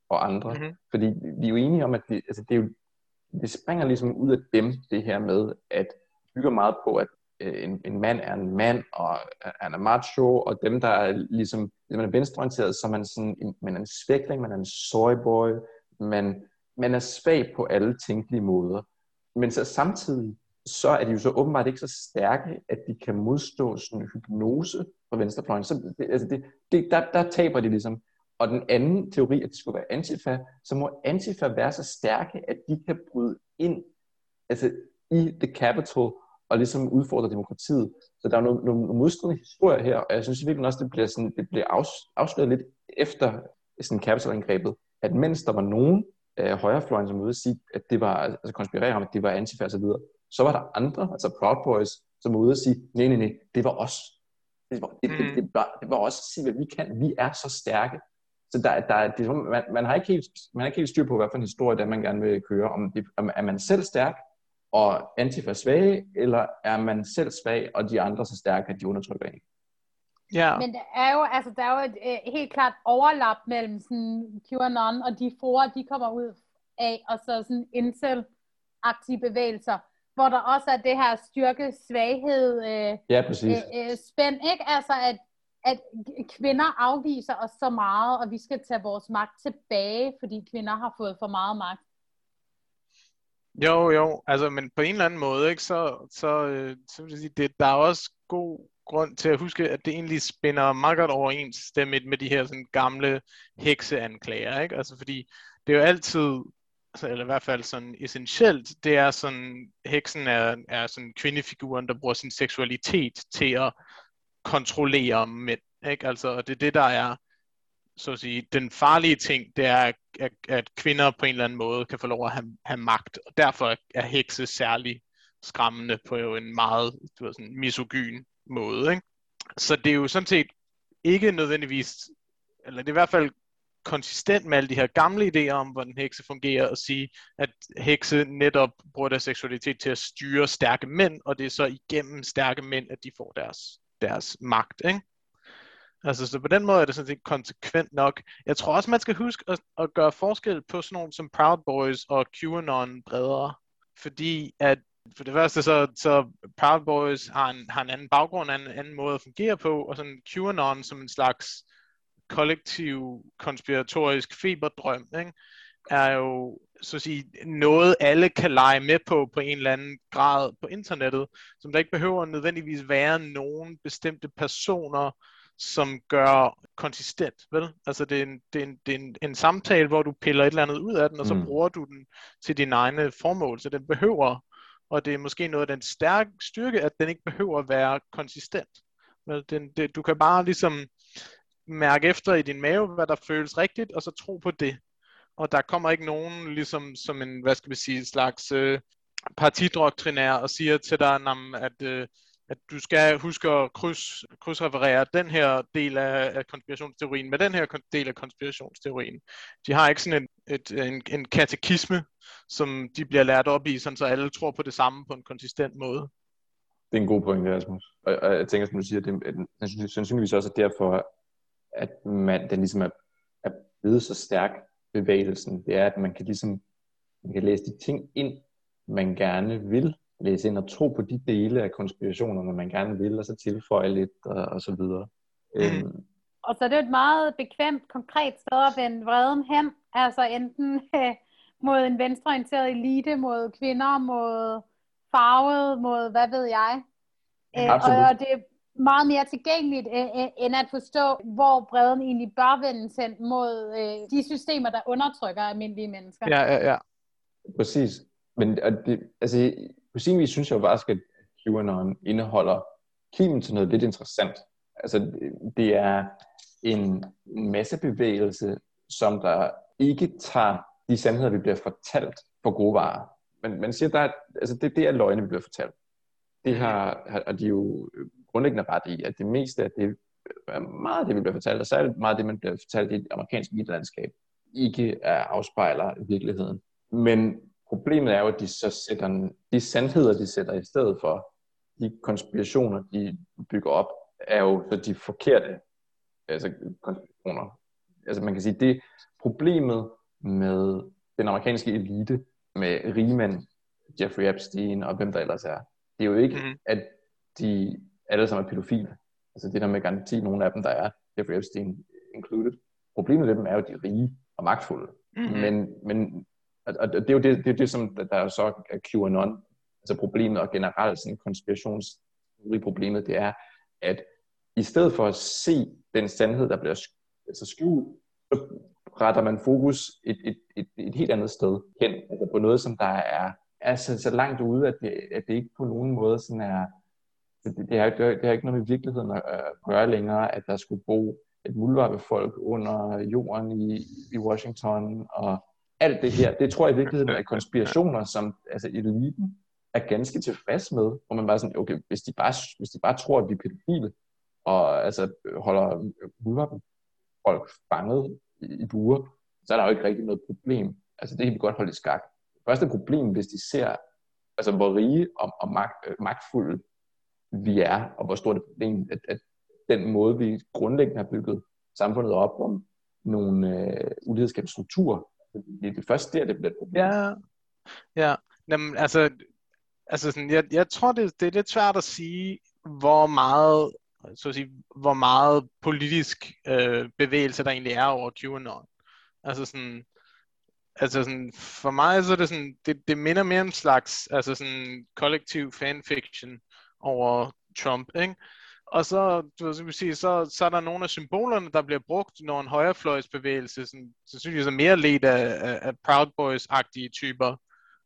og andre. Fordi vi er jo enige om, at det springer ligesom ud af dem, det her med, at bygger meget på, at en mand er en mand, og han er macho, og dem, der er ligesom, hvis man er venstreorienteret, så er man sådan man er en svækling, man er en soyboy, man er svag på alle tænkelige måder. Men så samtidig, så er de jo så åbenbart ikke så stærke, at de kan modstå sådan en hypnose på venstrefløjen. Så der taber de ligesom. Og den anden teori, at det skulle være Antifa, så må Antifa være så stærke, at de kan bryde ind i The Capitol og ligesom udfordre demokratiet. Så der er nogle modstridende historier her, og jeg synes virkelig også, det bliver afsløret lidt efter sådan Capitol-angrebet, at mens der var nogen højrefløjen, som var ude at sige, at det var, konspirere om, at det var Antifa og så videre, så var der andre, altså Proud Boys, som var ude at sige, nej, det var os. Det var os at sige, hvad vi kan. Vi er så stærke. Så man har ikke helt styr på, hvad for en historie det man gerne vil køre. Om er man selv stærk, og Antifa svage, eller er man selv svag, og de andre så stærke, at de undertrykker en? Ja. Men der er jo et helt klart overlap mellem sådan QAnon og de fora, de kommer ud af, og så sådan incel-aktive bevægelser, hvor der også er det her styrke-svaghed spænd, ikke? Altså, at kvinder afviser os så meget, og vi skal tage vores magt tilbage, fordi kvinder har fået for meget magt. Jo, altså, men på en eller anden måde, ikke, så vil jeg sige, der er også god grund til at huske, at det egentlig spænder meget godt overensstemmigt med de her sådan gamle hekseanklager, ikke? Altså, fordi det er jo altid, eller i hvert fald sådan essentielt, det er sådan, heksen er sådan kvindefiguren, der bruger sin seksualitet til at kontrollere mænd, ikke? Altså, og det er det, der er, så at sige, den farlige ting, det er, at kvinder på en eller anden måde kan få lov at have magt, og derfor er hekse særlig skræmmende på jo en meget sådan misogyn måde, ikke? Så det er jo sådan set ikke nødvendigvis, eller det er i hvert fald konsistent med alle de her gamle idéer om, hvordan hekse fungerer, og sige, at hekse netop bruger deres seksualitet til at styre stærke mænd, og det er så igennem stærke mænd, at de får deres magt, ikke? Altså, så på den måde er det sådan set konsekvent nok. Jeg tror også, man skal huske at gøre forskel på sådan nogle som Proud Boys og QAnon bredere, fordi at for det første så Proud Boys har en anden baggrund, en anden måde at fungere på, og sådan QAnon som en slags kollektiv konspiratorisk feberdrøm, ikke, er jo så at sige noget alle kan lege med på en eller anden grad på internettet, som der ikke behøver nødvendigvis være nogen bestemte personer, som gør konsistent, vel? Altså det er en samtale, hvor du piller et eller andet ud af den, og så bruger du den til dine egne formål, så den behøver, og det er måske noget af den styrke, at den ikke behøver at være konsistent. Du kan bare ligesom mærke efter i din mave, hvad der føles rigtigt, og så tro på det. Og der kommer ikke nogen ligesom som en, hvad skal vi sige, slags partidoktrinær og siger til dig, at du skal huske at krydsreferere den her del af konspirationsteorien med den her del af konspirationsteorien. De har ikke sådan en katekisme, som de bliver lært op i, sådan så alle tror på det samme på en konsistent måde. Det er en god pointe, Rasmus. Og jeg tænker, som du siger, det sandsynligvis også er derfor, at den ligesom er blevet så stærk, bevægelsen. Det er, at man kan læse de ting ind, man gerne vil læse ind og tro på de dele af konspirationerne, man gerne vil, og så tilføje lidt og så videre. Og så er det et meget bekvemt, konkret sted at vende vreden hen. Altså enten mod en venstreorienteret elite, mod kvinder, mod farvet, mod hvad ved jeg. Og det er meget mere tilgængeligt, end at forstå, hvor vreden egentlig bør vendes hen mod de systemer, der undertrykker almindelige mennesker. Ja. Præcis. Men på sin vis synes jeg jo faktisk, at QAnon indeholder kimen til noget lidt interessant. Altså, det er en massebevægelse, som der ikke tager de sandheder, vi bliver fortalt for gode varer. Men man siger, det er løgne, vi bliver fortalt. Det har de jo grundlæggende ret i, at det meste af det, meget af det, vi bliver fortalt, og særligt meget af det, man bliver fortalt i et amerikansk medielandskab, ikke afspejler virkeligheden. Men problemet er jo, at de så sætter de sandheder, de sætter i stedet for, de konspirationer, de bygger op, er jo så de forkerte konspirationer. altså man kan sige, det problemet med den amerikanske elite, med rigmænd, Jeffrey Epstein og hvem der ellers er, det er jo ikke, at de alle sammen er pædofile. Altså det der med garanti, nogle af dem, der er, Jeffrey Epstein included. Problemet med dem er jo, de rige og magtfulde. Men og det er jo det, som der er så er QAnon, altså problemet og generelt sådan konspirationsproblemet, det er, at i stedet for at se den sandhed, der bliver skjult, så retter man fokus et helt andet sted hen, altså på noget, som der er så langt ude, at det ikke på nogen måde sådan er, det har ikke noget med virkeligheden at gøre længere, at der skulle bo et muldvarpefolk under jorden i Washington, og alt det her, det tror jeg i virkeligheden er konspirationer, som altså eliten er ganske tilfreds med, hvor man bare sådan, okay, hvis de bare tror, at vi er pædofile, og altså holder muldvarpefolk fanget i buer, så er der jo ikke rigtig noget problem. Altså det kan vi godt holde i skak. Det første problem, hvis de ser, altså hvor rige og magtfulde vi er, og hvor stort et problem, at den måde, vi grundlæggende har bygget samfundet op om nogle ulighedsskabende strukturer, det er først der, det bliver et problem. Ja. Jamen, altså sådan, jeg tror, det er lidt svært at sige, hvor meget politisk bevægelse der egentlig er over QAnon. Altså sådan, for mig så er det sådan, det minder mere om en slags, altså sådan kollektiv fanfiction over Trump, ikke? Og så, så er der nogle af symbolerne, der bliver brugt, når en højrefløjsbevægelse, så synes jeg så mere ledt af Proud Boys-agtige typer,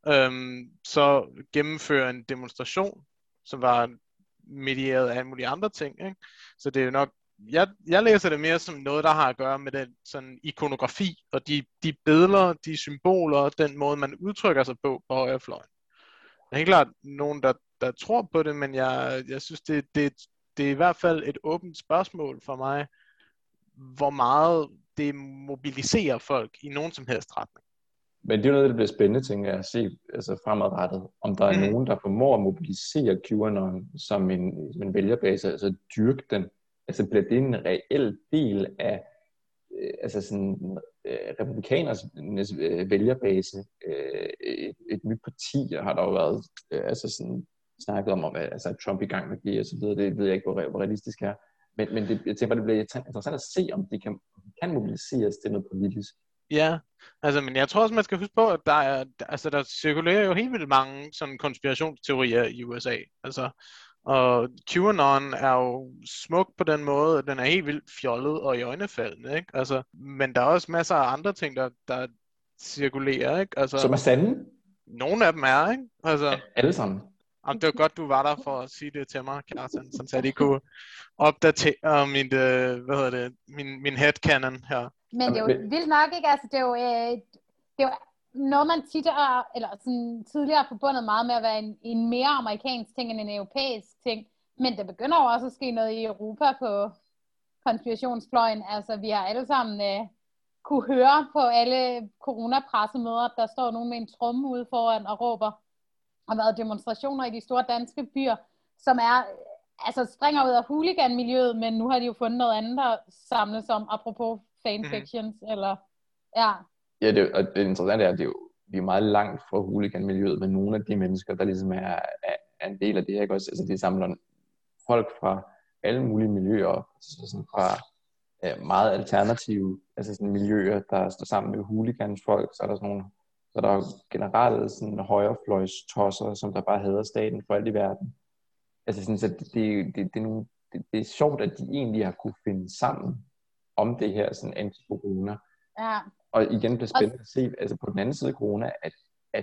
så gennemfører en demonstration, som var medieret af alle mulige andre ting, ikke? Så det er jo nok, jeg læser det mere som noget, der har at gøre med den sådan ikonografi, og de billeder, de symboler, den måde, man udtrykker sig på højrefløjen. Der er helt klart nogen, der tror på det, men jeg synes, det er i hvert fald et åbent spørgsmål for mig, hvor meget det mobiliserer folk i nogen som helst retning. Men det er jo noget, der bliver spændende, tænker jeg, at se altså fremadrettet. Om der er nogen, der formår at mobilisere QAnon som en vælgerbase, altså dyrke den. Altså bliver det en reel del af altså sådan, republikanernes vælgerbase. Et nyt parti har der jo været altså sådan, snakket om altså Trump i gang med det og så videre. Det ved jeg ikke, hvor realistisk er. Men jeg tænker bare, det bliver interessant at se, om de kan mobiliseres til noget politisk. Ja, altså, men jeg tror også, man skal huske på, at der cirkulerer jo helt vildt mange sådan konspirationsteorier i USA. Altså, og QAnon er jo smuk på den måde, at den er helt vildt fjollet og iøjnefaldende, ikke? Altså, men der er også masser af andre ting, der cirkulerer, ikke? Altså, som er sande? Nogle af dem er, ikke? Altså, alle sammen. Det var godt, du var der for at sige det til mig, Kjartan, så jeg lige kunne opdatere min headcanon her. Men det er jo vildt nok, ikke? Altså, det er jo noget, man tit eller sådan, tidligere forbundet meget med at være en mere amerikansk ting end en europæisk ting. Men det begynder jo også at ske noget i Europa på konspirationsfløjen. Altså, vi har alle sammen kunne høre på alle coronapressemøder, der står nogen med en tromme ude foran og råber. Der har været demonstrationer i de store danske byer, som springer ud af hooligan-miljøet, men nu har de jo fundet noget andet at samles om, apropos fanfictions, eller ja. Ja, det interessante er, at vi er meget langt fra hooligan-miljøet, men nogle af de mennesker, der ligesom er en del af det her, ikke også? Altså de samler folk fra alle mulige miljøer, sådan fra meget alternative altså sådan miljøer, der står sammen med hooligans-folk, så er der generelt sådan højrefløjstosser, som der bare hader staten for alt i verden. Altså sådan, så det er sjovt, at de egentlig har kunne finde sammen om det her sådan anti-corona. Ja. Og igen bliver spændende at se, altså på den anden side af corona, at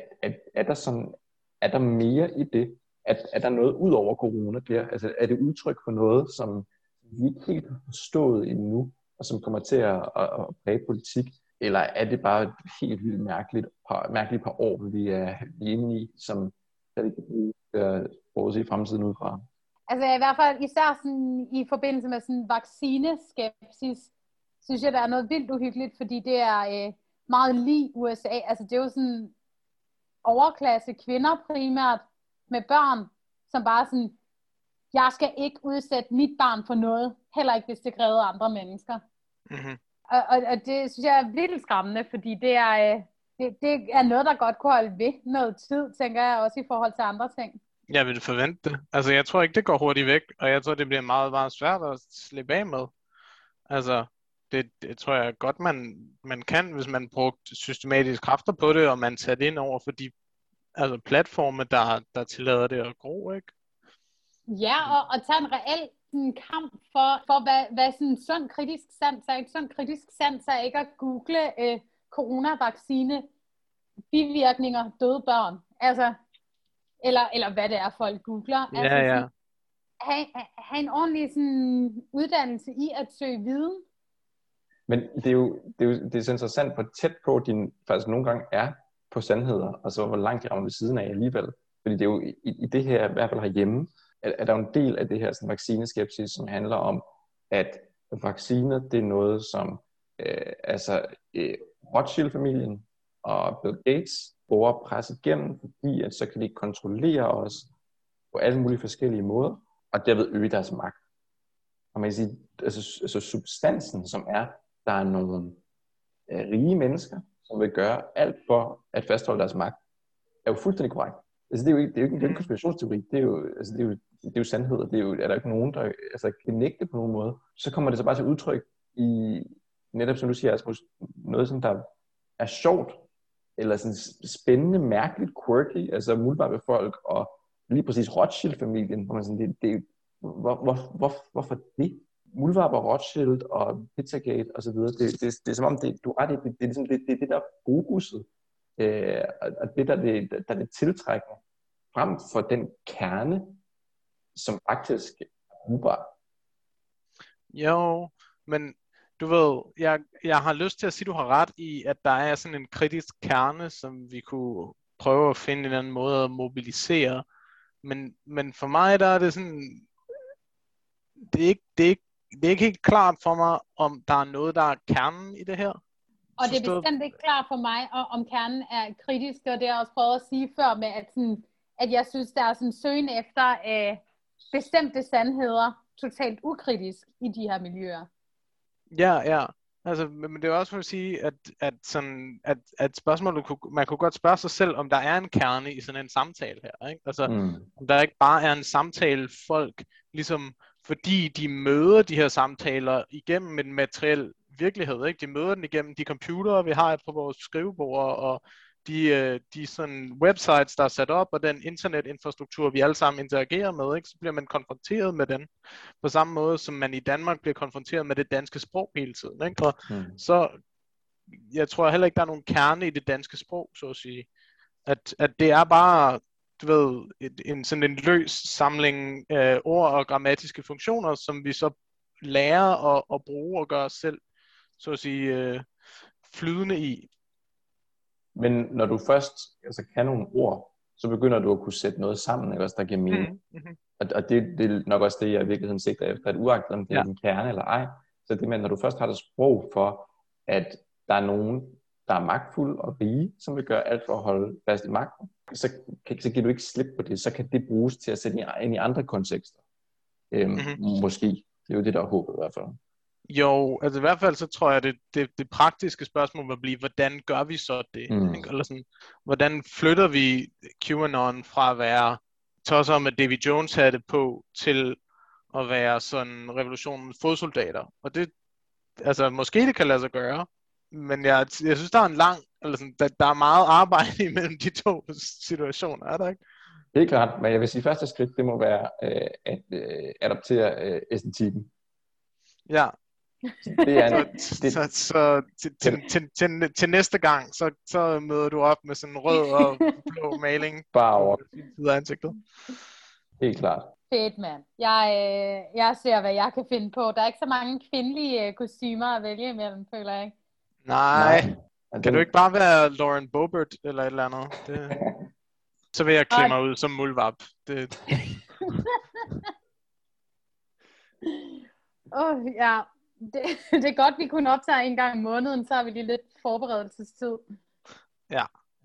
er der mere i det? Er der noget ud over corona der? Altså er det udtryk for noget, som vi ikke helt har forstået endnu, og som kommer til at præge politik? Eller er det bare et helt vildt mærkeligt par år, vi er inde i, som der vi kan bruge forudse fremtiden ud fra? Altså i hvert fald især sådan, i forbindelse med sådan vaccineskepsis, synes jeg, der er noget vildt uhyggeligt, fordi det er meget lig USA. Altså det er jo sådan overklasse kvinder primært med børn, som bare sådan, jeg skal ikke udsætte mit barn for noget, heller ikke hvis det kræver andre mennesker. Mm-hmm. Og det synes jeg er virkelig skræmmende, fordi det er noget, der godt kunne holde ved noget tid, tænker jeg, også i forhold til andre ting. Jeg vil forvente det. Altså, jeg tror ikke, det går hurtigt væk, og jeg tror, det bliver meget, meget svært at slippe af med. Altså, det tror jeg godt, man kan, hvis man brugte systematiske kræfter på det, og man satte ind over for de platforme, der tillader det at gro, ikke? Ja, og tage en reel kamp for hvad sådan en sund kritisk sans er. En sund kritisk sans er ikke at google coronavaccine, bivirkninger, døde børn. Altså, eller hvad det er, folk googler. Ja, altså, ja. Have en ordentlig sådan, uddannelse i at søge viden. Men det er så interessant, hvor tæt på din faktisk nogle gange er på sandheder, og så hvor langt de rammer ved siden af alligevel. Fordi det er jo i det her, i hvert fald herhjemme, er der jo en del af det her sådan, vaccineskepsis, som handler om, at vacciner, det er noget, som Rothschild-familien og Bill Gates bruger presset igennem, fordi at så kan de kontrollere os på alle mulige forskellige måder, og derved øge deres magt. Og man kan sige, altså substansen, som er, der er nogle rige mennesker, som vil gøre alt for at fastholde deres magt, er jo fuldstændig korrekt. Altså, det er jo ikke en konspirationsteori, det er jo sandhed, og er der ikke nogen, der kan nægte på nogen måde. Så kommer det så bare til udtryk i, netop som du siger, altså, noget, som der er sjovt, eller sådan spændende, mærkeligt, quirky, altså muldbart ved folk, og lige præcis Rothschild-familien, hvor man sådan, hvorfor det? Muldvarper, Rothschild og Pizzagate og så videre, det er som om, du er ret, det er ligesom det der er fokuset, og det der er det tiltrækkende, frem for den kerne, som faktisk er brugbar. Jo, men du ved, jeg har lyst til at sige, at du har ret i, at der er sådan en kritisk kerne, som vi kunne prøve at finde en eller anden måde at mobilisere. Men for mig, der er det sådan, det er ikke helt klart for mig, om der er noget, der er kernen i det her. Og det er bestemt ikke klart for mig, om kernen er kritisk, og det har jeg også prøvet at sige før med, at jeg synes, der er sådan søgen efter bestemte sandheder, totalt ukritisk i de her miljøer. Ja. Altså, men det er også for at sige, at spørgsmålet, man kunne godt spørge sig selv, om der er en kerne i sådan en samtale her, ikke? Altså, om der ikke bare er en samtale, folk ligesom, fordi de møder de her samtaler igennem en materiel virkelighed, ikke? De møder den igennem de computere, vi har på vores skrivebord, og de sådan websites, der er sat op, og den internetinfrastruktur, vi alle sammen interagerer med, ikke? Så bliver man konfronteret med den, på samme måde, som man i Danmark bliver konfronteret med det danske sprog hele tiden, ikke? Og så, jeg tror heller ikke, der er nogen kerne i det danske sprog, så at sige. At det er bare, du ved, sådan en løs samling ord og grammatiske funktioner, som vi så lærer at bruge og gøre os selv, så at sige, flydende i. Men når du først kan nogle ord, så begynder du at kunne sætte noget sammen, ikke, også, der giver mening. Og det er nok også det, jeg i virkeligheden sigter efter, at uagtet om det er en kerne eller ej, så det med, når du først har det sprog for, at der er nogen, der er magtfulde og rige, som vil gøre alt for at holde fast i magten, så giver du ikke slip på det, så kan det bruges til at sætte ind i andre kontekster. Måske. Det er jo det, der er håbet i hvert fald. Jo, altså i hvert fald så tror jeg, at det praktiske spørgsmål vil blive, hvordan gør vi så det? Eller sådan, hvordan flytter vi QAnon fra at være tosser med Davy Jones hatte på, til at være sådan revolutionens fodsoldater? Og det, altså måske det kan lade sig gøre, men jeg synes, der er der er meget arbejde imellem de to situationer, er der ikke? Det er klart, men jeg vil sige, første skridt, det må være at adoptere æstetikken. Ja. Det er til næste gang, så møder du op med sådan en rød og blå maling bare over ansigtet. Helt klart. Fedt, mand. Jeg ser, hvad jeg kan finde på. Der er ikke så mange kvindelige kostymer at vælge imellem, føler jeg ikke. Nej. Kan du ikke bare være Lauren Boebert eller et eller andet? Så vil jeg klemme mig ud som muldvarp. Ja. Det er godt, vi kunne optage en gang i måneden, så har vi lige lidt forberedelsestid. Ja.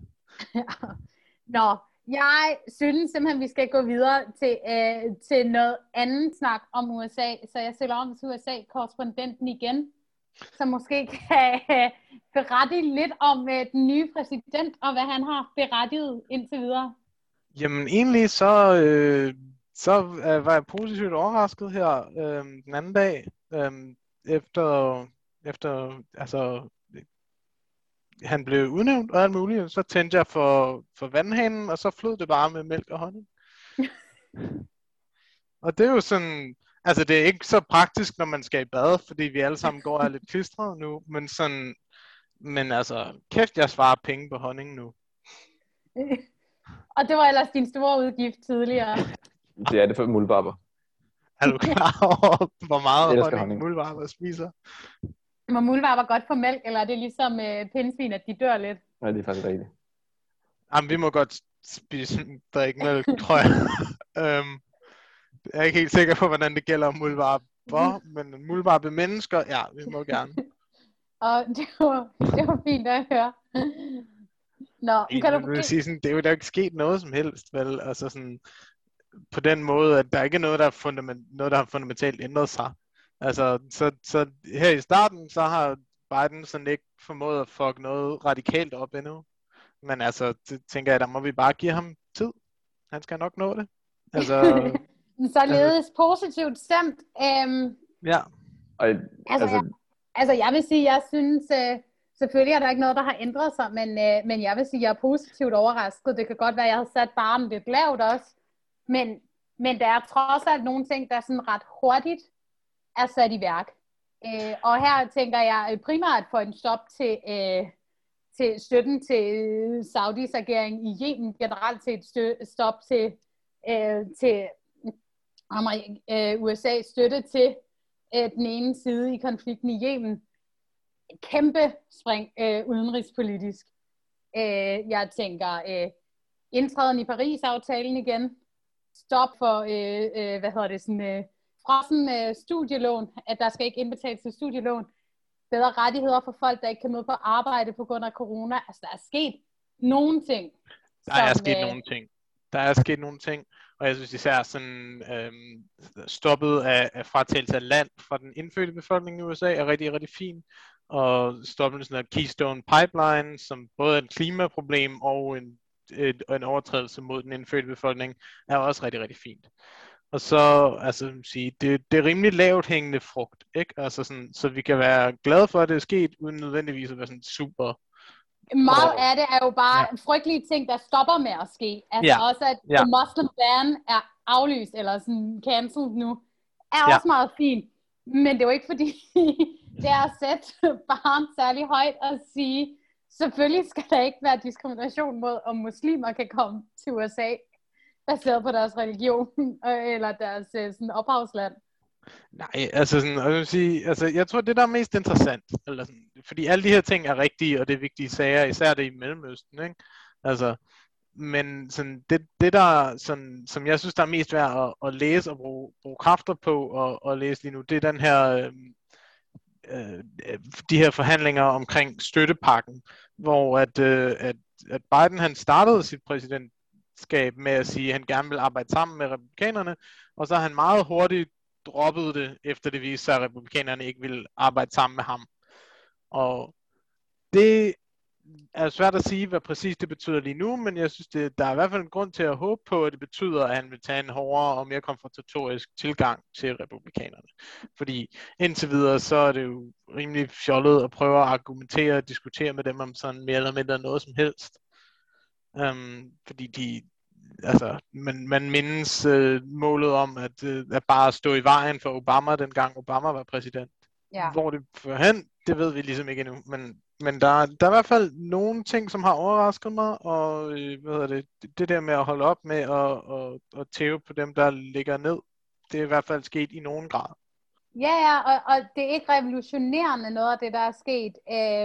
Nå, jeg synes simpelthen, vi skal gå videre til noget andet snak om USA, så jeg stiller om til USA-korrespondenten igen. som måske kan berette lidt om den nye præsident, og hvad han har berettiget indtil videre. Jamen egentlig så var jeg positivt overrasket her den anden dag, efter altså han blev udnævnt og alt muligt, så tændte jeg for vandhanen, og så flød det bare med mælk og honning. Og det er jo sådan, altså det er ikke så praktisk, når man skal i bad, fordi vi alle sammen går og er lidt klistrede nu, men altså, kæft, jeg sparer penge på honning nu. Og det var ellers din store udgift tidligere. Det er det for muldvarper. Er du klar over, hvor meget honning muldvarper spiser? Må muldvarper godt få mælk, eller er det ligesom pindsvin, at de dør lidt? Nej, det er faktisk rigtigt. Jamen, vi må godt drikke mælk, tror jeg. Jeg er ikke helt sikker på, hvordan det gælder om muldvarper, men muldvarpe mennesker, ja, vi må gerne. Og det var fint at høre. Nå, kan du sige sådan, det er jo da ikke sket noget som helst, vel? Altså sådan, på den måde, at der ikke er noget, der har fundamentalt ændret sig. Altså, så her i starten, så har Biden sådan ikke formået at fuck noget radikalt op endnu. Men altså, tænker jeg, der må vi bare give ham tid. Han skal nok nå det. Altså, således positivt stemt. Ja. Altså, jeg vil sige, jeg synes, selvfølgelig er der ikke noget, der har ændret sig, men jeg vil sige, jeg er positivt overrasket. Det kan godt være, at jeg havde sat barren lidt lavt også, men der er trods alt nogle ting, der sådan ret hurtigt er sat i værk. Og her tænker jeg primært for en stop til støtten til Saudis agering i Yemen, generelt til et stop til USA's støtte til den ene side i konflikten i Yemen. Et kæmpe spring udenrigspolitisk. Jeg tænker indtræden i Paris-aftalen igen. Stop for frossen studielån, at der skal ikke indbetales til studielån. Bedre rettigheder for folk, der ikke kan møde på arbejde på grund af corona. Altså, der er sket nogle ting. Der er sket nogle ting, og jeg synes især sådan stoppet af fratagelse af land fra den indfødte befolkning i USA er rigtig, rigtig fint. Og stoppelsen af Keystone Pipeline, som både er et klimaproblem og en overtrædelse mod den indfødte befolkning, er også rigtig, rigtig fint. Og så, altså, det er rimelig lavt hængende frugt, ikke? Altså sådan, så vi kan være glade for, at det er sket, uden nødvendigvis at være sådan super. Meget af det er jo bare frygtelige ting, der stopper med at ske. Altså også, at the Muslim ban er aflyst, eller sådan cancelled nu, er også meget fint. Men det er jo ikke fordi, det er at sætte barn særlig højt og sige, selvfølgelig skal der ikke være diskrimination mod, om muslimer kan komme til USA, baseret på deres religion, eller deres sådan, ophavsland. Nej, altså sådan, jeg vil sige, altså jeg tror det der er mest interessant, eller sådan, fordi alle de her ting er rigtige, og det er vigtige sager, især det i Mellemøsten, ikke? Altså, men sådan, det der, sådan, som jeg synes der er mest værd at læse og bruge kræfter på og læse lige nu, det er den her, de her forhandlinger omkring støttepakken, hvor at Biden han startede sit præsidentskab med at sige, at han gerne vil arbejde sammen med republikanerne, og så har han meget hurtigt droppede det, efter det viste sig, at republikanerne ikke ville arbejde sammen med ham. Og det er svært at sige, hvad præcis det betyder lige nu, men jeg synes, der er i hvert fald en grund til at håbe på, at det betyder, at han vil tage en hårdere og mere konfrontatorisk tilgang til republikanerne. Fordi indtil videre, så er det jo rimelig fjollet at prøve at argumentere og diskutere med dem om sådan mere eller mindre noget som helst. Fordi altså, man mindes målet om at bare stå i vejen for Obama, dengang Obama var præsident. Ja. Hvor det førhen, det ved vi ligesom ikke endnu. Men der er i hvert fald nogle ting, som har overrasket mig, og det der med at holde op med at tæve på dem, der ligger ned, det er i hvert fald sket i nogen grad. Ja, og det er ikke revolutionerende noget af det, der er sket.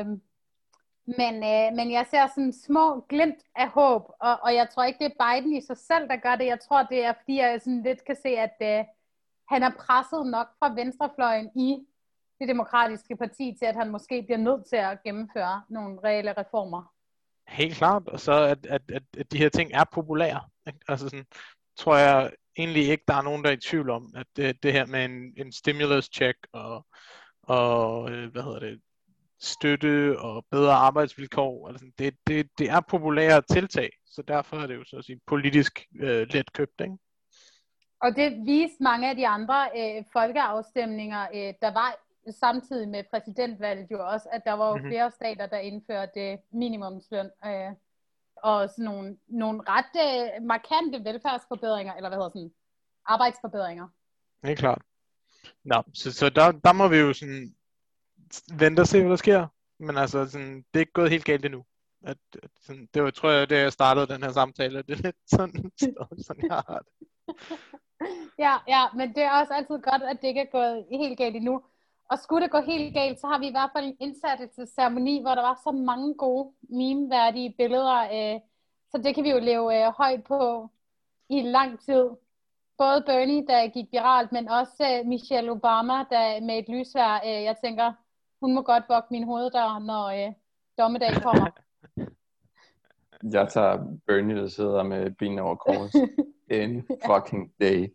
Men jeg ser sådan små glimt af håb, og jeg tror ikke, det er Biden i sig selv, der gør det. Jeg tror, det er, fordi jeg sådan lidt kan se, at han er presset nok fra venstrefløjen i det demokratiske parti, til at han måske bliver nødt til at gennemføre nogle reelle reformer. Helt klart, og så at de her ting er populære. Ikke? Altså sådan, tror jeg egentlig ikke, der er nogen, der er i tvivl om, at det her med en stimulus check og støtte og bedre arbejdsvilkår. Altså, det er populære tiltag, så derfor er det jo så at sige politisk let købt, ikke? Og det viste mange af de andre folkeafstemninger, der var samtidig med præsidentvalget jo også, at der var jo flere stater, der indførte minimumsløn og sådan nogle ret markante velfærdsforbedringer, eller arbejdsforbedringer. Det er klart. Nå, så der må vi jo sådan vente og se, hvad der sker. Men altså, sådan, det er ikke gået helt galt endnu. Det var, tror jeg, det jeg startede den her samtale. Det er lidt sådan jeg har det. Ja, men det er også altid godt, at det ikke er gået helt galt endnu. Og skulle det gå helt galt, så har vi i hvert fald en indsættelsesceremoni, hvor der var så mange gode meme-værdige billeder. Så det kan vi jo leve højt på i lang tid. Både Bernie, der gik viralt, men også Michelle Obama, der med et lysvær. Jeg tænker, hun må godt vogte min hoved der, når dommedag kommer. Jeg tager Bernie, der sidder med benene over kors. En fucking day.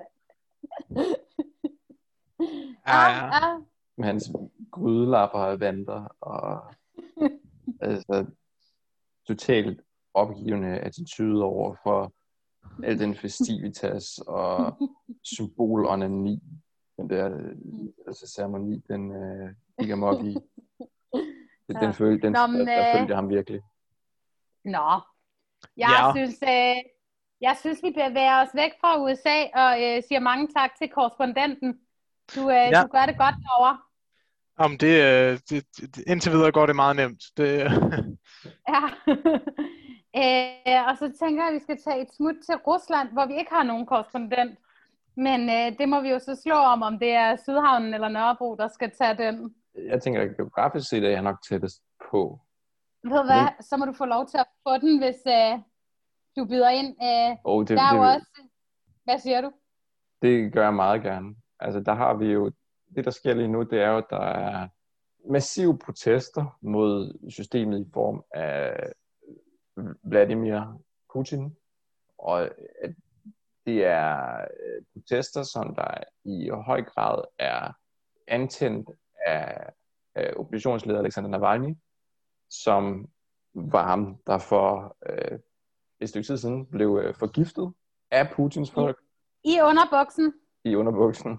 Ja. Med hans grydelapper og vanter og altså totalt opgivende attitude over for al den festivitas og symbolonani, den der altså ceremoni, den gik amok i. Den følte ham virkelig. Nå. Jeg synes, vi bevæger os væk fra USA og siger mange tak til korrespondenten. Du gør det godt derovre. Om det indtil videre går det meget nemt. Ja. Og så tænker jeg, at vi skal tage et smut til Rusland, hvor vi ikke har nogen korrespondent. Men det må vi jo så slå om det er Sydhavnen eller Nørrebro, der skal tage den. Jeg tænker, at geografisk set er jeg nok tættest på. Ved du hvad? Så må du få lov til at få den, hvis du byder ind. Der er jo også... Hvad siger du? Det gør jeg meget gerne. Altså, der har vi jo... Det, der sker lige nu, det er jo, at der er massive protester mod systemet i form af Vladimir Putin. Og det er protester, som der i høj grad er antændt af oppositionsleder Alexander Navalny, som var ham, der for et stykke tid siden blev forgiftet af Putins folk. I underbuksen. I underbuksen.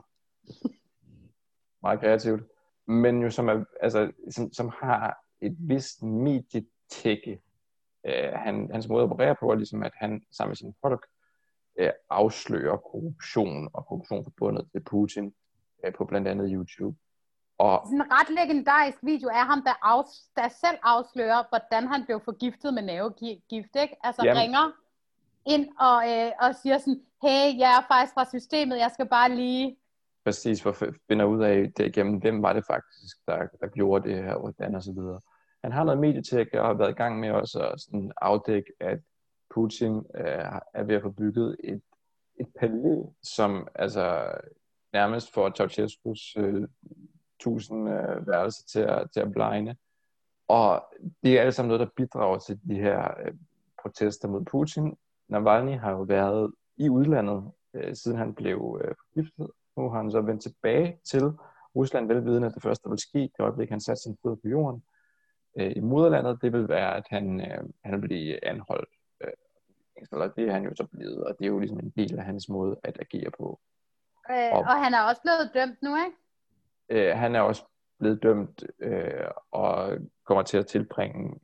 Meget kreativt. Men jo som har et vist medietække. Hans måde at operere på er ligesom, at han sammen med sine folk afslører korruption og korruption forbundet til Putin på blandt andet YouTube. Og sådan en ret legendarisk video af ham, der selv afslører, hvordan han blev forgiftet med nervegift, ikke? Altså ringer ind og siger sådan, hey, jeg er faktisk fra systemet, jeg skal bare lige... Præcis, for at finde ud af det igennem, hvem var det faktisk, der gjorde det her, hvordan og så videre. Han har noget medietæk og har været i gang med også at sådan afdække, at Putin er ved at få bygget et palæ, som altså nærmest får Ceausescus 1000 værelser til at blegne. Og det er alt sammen noget, der bidrager til de her protester mod Putin. Navalny har jo været i udlandet, siden han blev forgiftet. Nu har han så vendt tilbage til Rusland, velvidende, at det første, der vil ske, det øjeblik, han satte sin fødder på jorden. I moderlandet, det vil være, at han vil blive anholdt. Eller det er han jo så blevet, og det er jo ligesom en del af hans måde at agere på. Og han er også blevet dømt nu, ikke? Han er også blevet dømt og kommer til at tilbringe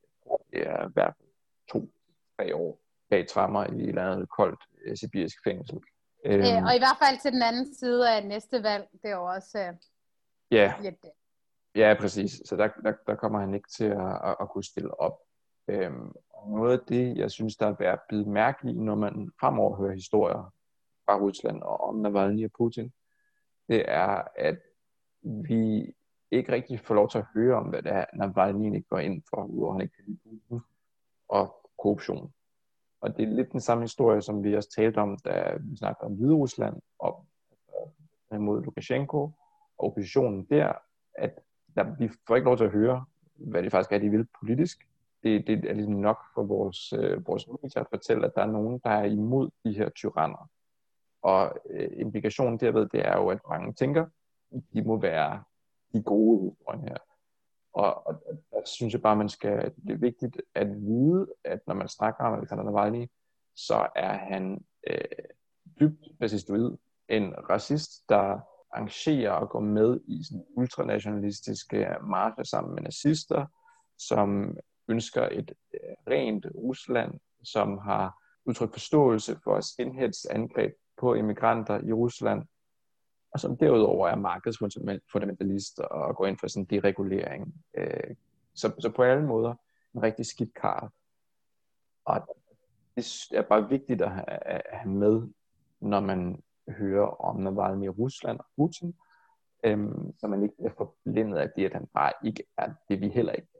i hvert fald 2-3 år bag tremmer i et eller andet koldt sibirisk fængsel. Og i hvert fald til den anden side af næste valg, det er jo også lidt det. Ja, præcis. Så der kommer han ikke til at kunne stille op. Og noget af det, jeg synes, der er værd at bide mærke i, når man fremover hører historier fra Rusland og om Navalny og Putin, det er, at vi ikke rigtig får lov til at høre om, hvad det er, Navalny ikke går ind for, hvor han ikke kan lide Putin og korruption. Og det er lidt den samme historie, som vi også talte om, da vi snakkede om Hvide Rusland og mod Lukashenko og oppositionen der, at vi får ikke lov til at høre, hvad det faktisk er, de vil politisk. Det er ligesom nok for vores medier at fortælle, at der er nogen, der er imod de her tyranner. Og implikationen derved, det er jo, at mange tænker, de må være de gode historier her. Og der synes jeg bare, det er vigtigt at vide, at når man snakker om Alexander Navalny, så er han dybt fascistoid. En racist, der arrangerer og går med i sådan ultranationalistiske marcher sammen med nazister, som ønsker et rent Rusland, som har udtrykt forståelse for skinheads angreb på immigranter i Rusland, og som derudover er markedsfundamentalist og går ind for sådan deregulering. Så på alle måder en rigtig skidt karl. Og det er bare vigtigt at have med, når man hører om Navalny i Rusland og Putin, så man ikke bliver forblindet af det, at han bare ikke er det, vi heller ikke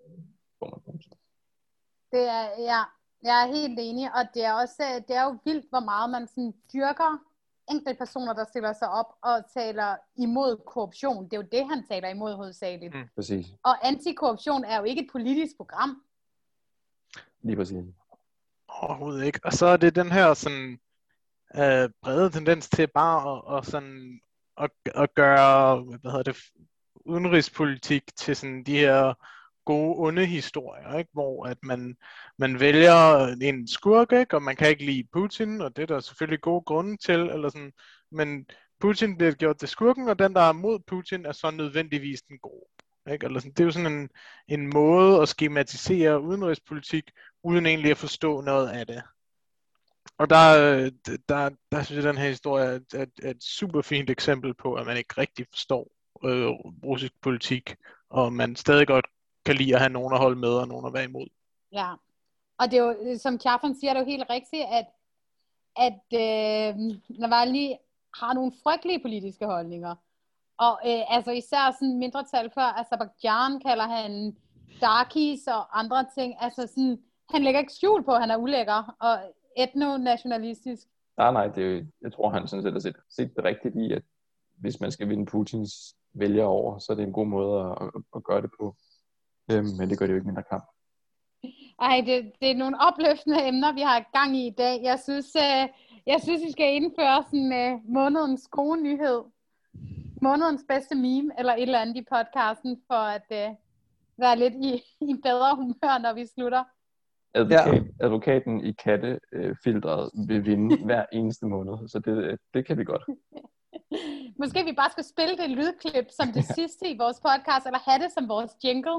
det er, ja, jeg er helt enig, og det er jo vildt, hvor meget man sådan dyrker enkelte personer, der stiller sig op og taler imod korruption. Det er jo det, han taler imod hovedsageligt. Præcis. Og antikorruption er jo ikke et politisk program. Lige præcis. Overhovedet ikke. Og så er det den her sådan brede tendens til bare at gøre, udenrigspolitik til sådan de her gode, onde historier, ikke? Hvor at man vælger en skurk, ikke? Og man kan ikke lide Putin, og det er der selvfølgelig gode grunde til, eller sådan, men Putin bliver gjort til skurken, og den, der er mod Putin, er så nødvendigvis den gode. Ikke? Eller sådan, det er jo sådan en måde at skematisere udenrigspolitik, uden egentlig at forstå noget af det. Og der synes jeg, at den her historie er et super fint eksempel på, at man ikke rigtig forstår russisk politik, og man stadig godt kan lide at have nogen at holde med, og nogen at være imod. Ja, og det er jo, som Kjartan siger, det er jo helt rigtigt, at Navalny har nogle frygtelige politiske holdninger. Og altså især sådan mindretal før Azerbaijan kalder han darkies og andre ting. Altså sådan, han lægger ikke skjul på, at han er ulækker og etnonationalistisk. Nej, jeg tror, han sådan set har set det rigtigt i, at hvis man skal vinde Putins vælgere over, så er det en god måde at gøre det på. Men det gør det jo ikke mindre kamp. Ej, det er nogle opløftende emner, vi har gang i dag. Jeg synes vi skal indføre sådan månedens gode nyhed. Månedens bedste meme, eller et eller andet i podcasten, for at være lidt i bedre humør, når vi slutter. Advokaten i kattefiltret vil vinde hver eneste måned, så det kan vi godt. Måske vi bare skal spille det lydklip som det sidste i vores podcast, eller have det som vores jingle.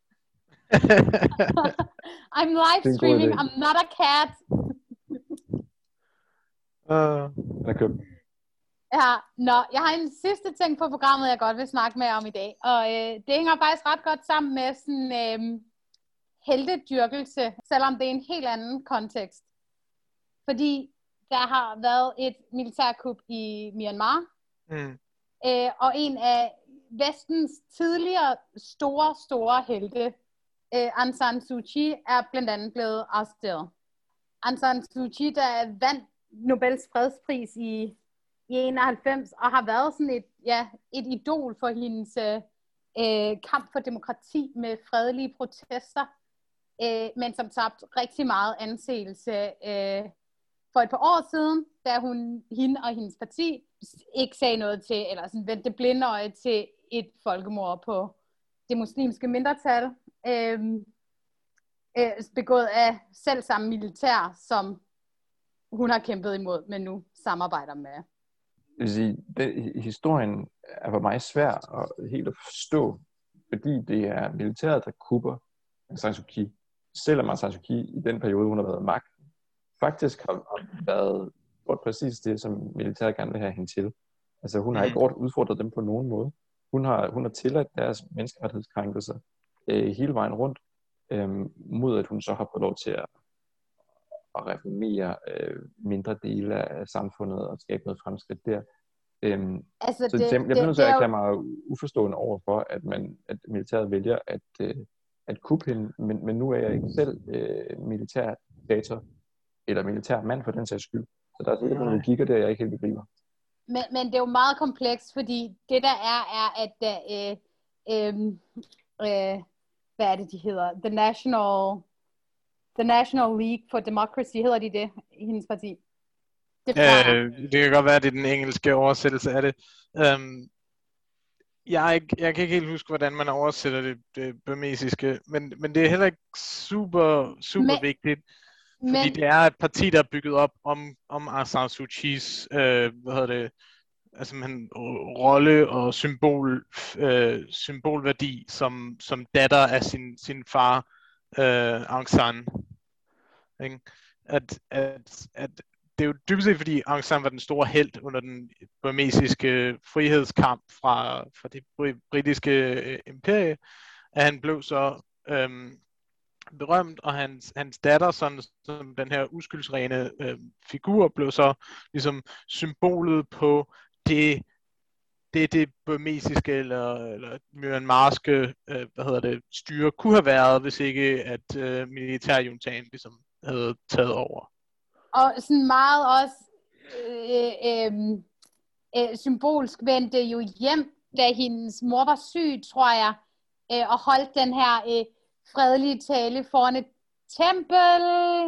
I'm live streaming, I'm not a cat. Ja, jeg har en sidste ting på programmet, jeg godt vil snakke med om i dag, og det hænger faktisk ret godt sammen med sådan heltedyrkelse, selvom det er en helt anden kontekst. Fordi der har været et militærkup i Myanmar, og en af vestens tidligere store helte, Aung San Suu Kyi, er blandt andet blevet arresteret. Aung San Suu Kyi, der vandt Nobels fredspris i 91, og har været sådan et idol for hendes kamp for demokrati med fredelige protester, men som tabte rigtig meget anseelse for et par år siden, da hende og hendes parti ikke sagde noget til, eller sådan vendte blinde øje til et folkemord på det muslimske mindretal, begået af selv samme militær, som hun har kæmpet imod, men nu samarbejder med. Jeg vil sige, historien er for mig svær helt at forstå, fordi det er militæret, der kupper Aung San Suu Kyi. Selvom Aung San Suu Kyi i den periode, hun har været magt, faktisk har været gjort præcis det, som militæret gerne vil have hende til. Altså hun har ikke udfordret dem på nogen måde. Hun har tilladt deres menneskerettighedskrænkelser hele vejen rundt, mod at hun så har fået lov til at reformere mindre dele af samfundet og skabe noget fremskridt der. Så jeg bliver nødt til at erklære mig uforstående over for, at militæret vælger at kuppe hende, men nu er jeg ikke selv militær diktator eller militær mand for den sags skyld. Så der er sikkert nogle logikker der, jeg ikke helt begriber. Men det er jo meget komplekst, fordi det der er at hvad er det, de hedder? The National League for Democracy, hedder de det i hendes parti? Det kan godt være, at det er den engelske oversættelse af det. Jeg kan ikke helt huske, hvordan man oversætter det burmesiske, men det er heller ikke super vigtigt, fordi det er et parti, der er bygget op om Aung San Suu Kyis, altså rolle og symbolværdi som datter af sin far, Aung San. Ikke? At det er jo dybest set, fordi Aung San var den store helt under den burmesiske frihedskamp fra det britiske imperie, at han blev så berømt, og hans datter, sådan, som den her uskyldsrene figur, blev så ligesom symbolet på det burmesiske eller myanmarske styre kunne have været, hvis ikke at militærjuntaen ligesom havde taget over. Og sådan meget også symbolsk vendte jo hjem, da hendes mor var syg, tror jeg, og holdt den her fredelige tale foran et tempel,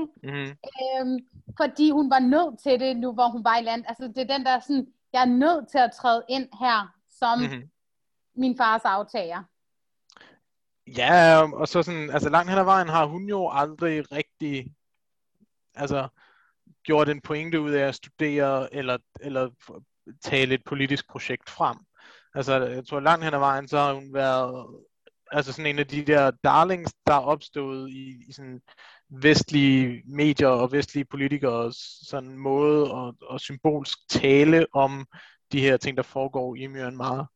fordi hun var nødt til det, nu hvor hun var i land. Altså det er den der sådan, jeg er nødt til at træde ind her, som min fars aftager. Ja, og så sådan, altså langt hen ad vejen har hun jo aldrig rigtig, altså gjort en pointe ud af at studere eller tale et politisk projekt frem. Altså jeg tror langt hen ad vejen, så har hun været altså sådan en af de der darlings, der er opstået i sådan vestlige medier og vestlige politikers sådan måde og symbolsk tale om de her ting, der foregår i Myanmar.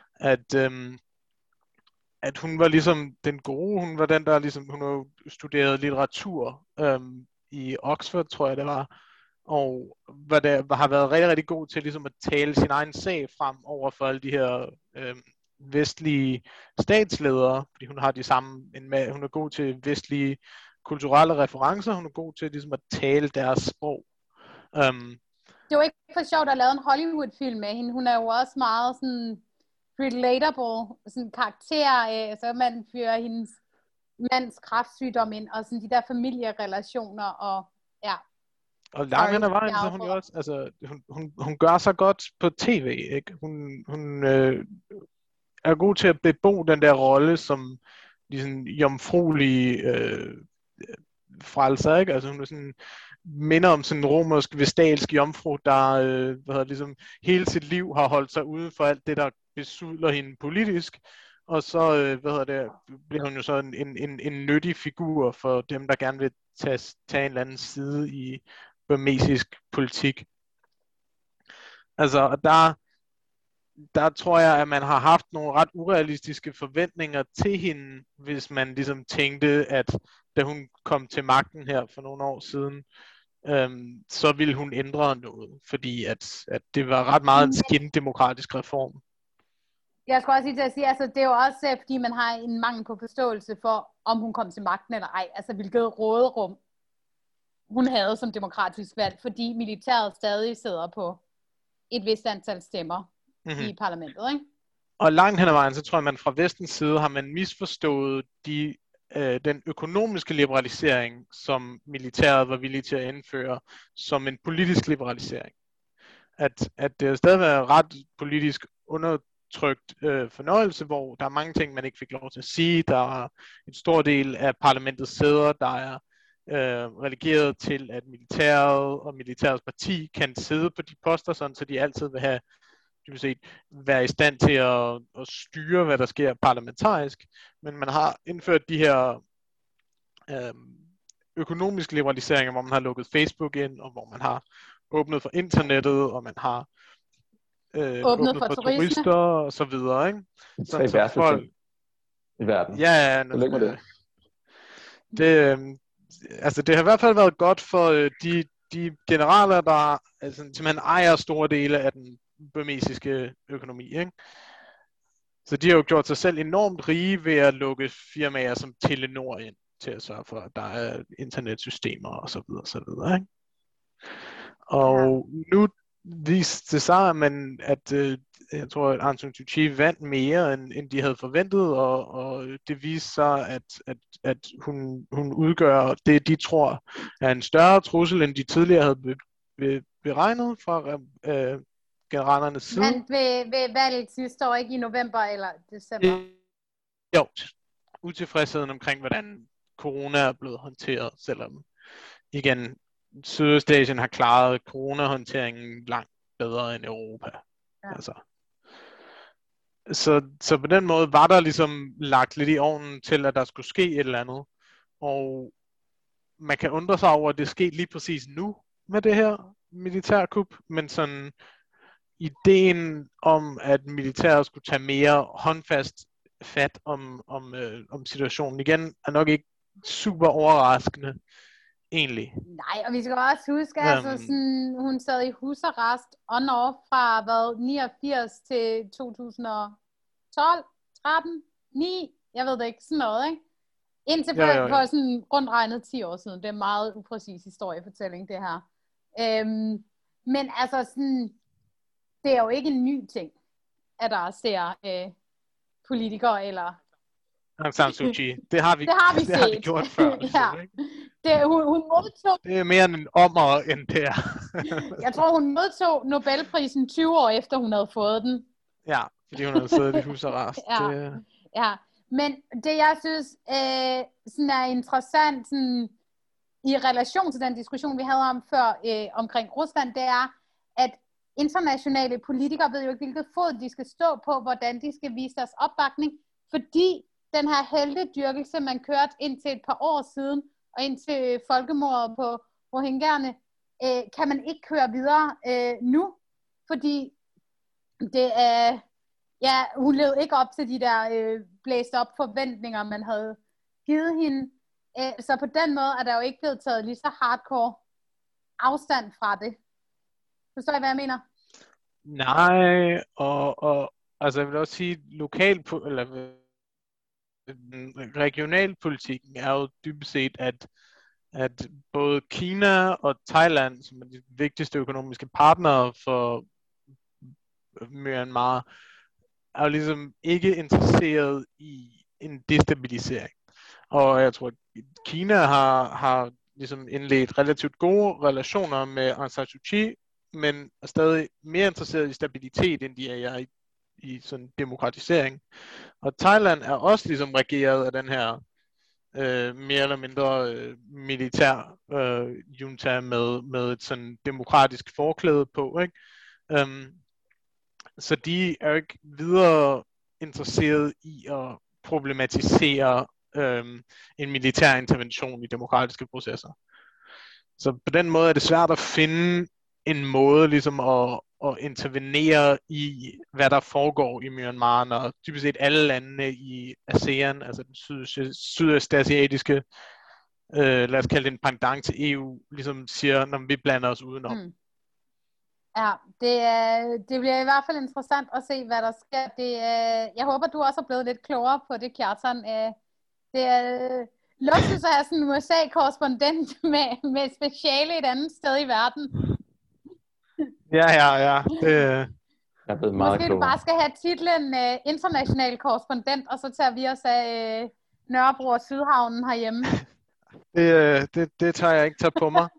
At hun var ligesom den gode, hun var den der ligesom, hun har studeret litteratur i Oxford, tror jeg det var, og har været rigtig, rigtig god til ligesom at tale sin egen sag frem over for alle de her vestlige statsledere, fordi hun har de samme, hun er god til vestlige kulturelle referencer, hun er god til ligesom at tale deres sprog. Det er jo ikke for sjovt at lave en Hollywood-film med hende, hun er jo også meget sådan relatable, sådan karakter, så man fyrer hendes mands kræftsygdom ind, og sådan de der familierelationer, og ja. Og langt hen ad vejen, så hun jo også, altså, hun gør sig godt på tv, ikke? Hun er god til at bebo den der rolle som de sådan jomfruelige frelser, ikke? Altså hun er sådan minder om sådan en romersk vestalsk jomfru, der ligesom hele sit liv har holdt sig ude for alt det, der besudler hende politisk, og så bliver hun jo så en nyttig figur for dem, der gerne vil tage en eller anden side i burmesisk politik. Altså, og der tror jeg, at man har haft nogle ret urealistiske forventninger til hende, hvis man ligesom tænkte, at da hun kom til magten her for nogle år siden, så ville hun ændre noget, fordi at det var ret meget en skindemokratisk reform. Jeg skulle også lige til at sige, altså det er jo også, fordi man har en mangel på forståelse for, om hun kom til magten eller ej, altså hvilket råderum hun havde som demokratisk valg, fordi militæret stadig sidder på et vist antal stemmer i parlamentet, ikke? Og langt hen ad vejen, så tror jeg, man fra vestens side har man misforstået den økonomiske liberalisering, som militæret var villige til at indføre, som en politisk liberalisering. At det stadig var ret politisk undertrykt fornøjelse, hvor der er mange ting, man ikke fik lov til at sige. Der er en stor del af parlamentets sæder, der er relegeret til, at militæret og militærets parti kan sidde på de poster, sådan, så de altid vil være i stand til at styre, hvad der sker parlamentarisk. Men man har indført de her økonomiske liberaliseringer, hvor man har lukket Facebook ind, og hvor man har åbnet for internettet, og man har åbnet for turister og så videre, ikke? Sådan, så folk i verden. Ja, det har i hvert fald været godt for de generaler, der simpelthen ejer store dele af den burmesiske økonomi, ikke? Så de har jo gjort sig selv enormt rige ved at lukke firmaer som Telenor ind til at sørge for, at der er internetsystemer og så videre, ikke? Og nu viste det sig, at jeg tror, at Aung San Suu Kyi vandt mere, end de havde forventet, og det viste sig, at hun udgør det, de tror er en større trussel, end de tidligere havde beregnet fra generalernes side. Men ved valget sidste år, ikke i november eller december? Jo, utilfredsheden omkring, hvordan corona er blevet håndteret, selvom igen, Sydøstasien har klaret coronahåndteringen langt bedre end Europa. Ja. Altså. Så på den måde var der ligesom lagt lidt i ovnen til, at der skulle ske et eller andet. Og man kan undre sig over, at det skete lige præcis nu med det her militærkup, men sådan ideen om, at militæret skulle tage mere håndfast fat om situationen igen, er nok ikke super overraskende, egentlig. Nej, og vi skal også huske, altså sådan, hun sad i husarrest on-off fra 89 til 2012, 13, 9, jeg ved det ikke, sådan noget, ikke? Indtil på sådan rundt regnet 10 år siden. Det er meget upræcis historiefortælling, det her. Men altså sådan, det er jo ikke en ny ting, at der ser politikere eller... Aung San Suu Kyi. Det har vi gjort før. Ja. Hun modtog... Det er mere en ommer end det er. Jeg tror, hun modtog Nobelprisen 20 år efter, hun havde fået den. Ja, fordi hun havde siddet i husarrest. Ja. Men det, jeg synes sådan er interessant sådan, i relation til den diskussion, vi havde om før omkring Rusland, det er, at internationale politikere ved jo ikke, hvilket fod de skal stå på, hvordan de skal vise deres opbakning, fordi den her heltedyrkelse, man kørte indtil et par år siden, og indtil folkemordet på rohingyerne, kan man ikke køre videre nu, fordi det er... Ja, hun levede ikke op til de der blæst op forventninger, man havde givet hende. Så på den måde er der jo ikke blevet taget lige så hardcore afstand fra det. Forstår I, hvad jeg mener? Nej, og altså jeg vil også sige, regionalpolitikken er jo dybest set, at både Kina og Thailand, som er de vigtigste økonomiske partnere for Myanmar, er jo ligesom ikke interesseret i en destabilisering. Og jeg tror, at Kina har ligesom indledt relativt gode relationer med Aung San Suu Kyi, men er stadig mere interesseret i stabilitet, end de er i sådan demokratisering. Og Thailand er også ligesom regeret af den her mere eller mindre militær junta med et sådan demokratisk forklæde på, ikke? Så de er jo ikke videre interesseret i at problematisere en militær intervention i demokratiske processer. Så på den måde er det svært at finde en måde ligesom at intervenere i, hvad der foregår i Myanmar, når typisk set alle landene i ASEAN, altså den sydøstasiatiske, lad os kalde det en pendant til EU, ligesom siger, når vi blander os udenom. Ja, det bliver i hvert fald interessant at se, hvad der sker. Jeg håber, du også er blevet lidt klogere på det, Kjartan. Det er luksus at have sådan en USA-korrespondent med speciale et andet sted i verden. Ja. Jeg er blevet meget Måske klogere. Du bare skal have titlen international korrespondent, og så tager vi os af Nørrebro og Sydhavnen herhjemme. Det tager jeg ikke tage på mig.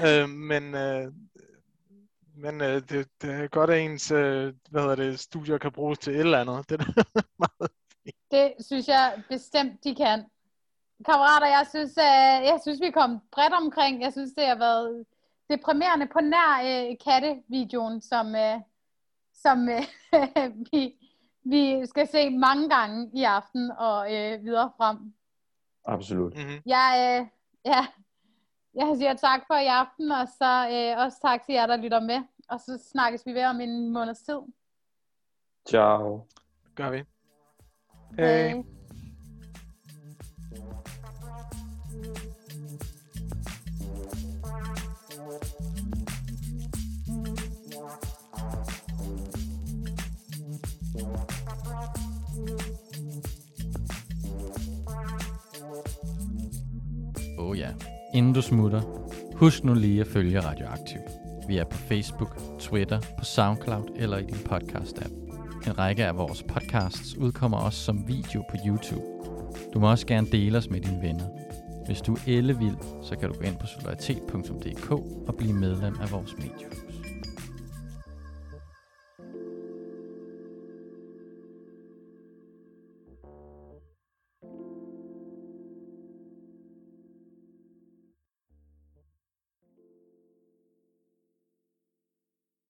Men det er godt, at ens studier kan bruges til et eller andet. Det er meget fint. Det synes jeg bestemt, de kan. Kammerater, jeg synes, vi kom bredt omkring. Jeg synes, det har været deprimerende på nær kattevideoen, som vi skal se mange gange i aften og videre frem. Absolut. Mm-hmm. Jeg siger tak for i aften, og så også tak til jer, der lytter med. Og så snakkes vi ved om en måneds tid. Ciao. Gør vi. Hej. Ja. Inden du smutter, husk nu lige at følge Radioaktiv. Vi er på Facebook, Twitter, på SoundCloud eller i din podcast-app. En række af vores podcasts udkommer også som video på YouTube. Du må også gerne dele os med dine venner. Hvis du er ellevild, så kan du gå ind på solidaritet.dk og blive medlem af vores medie.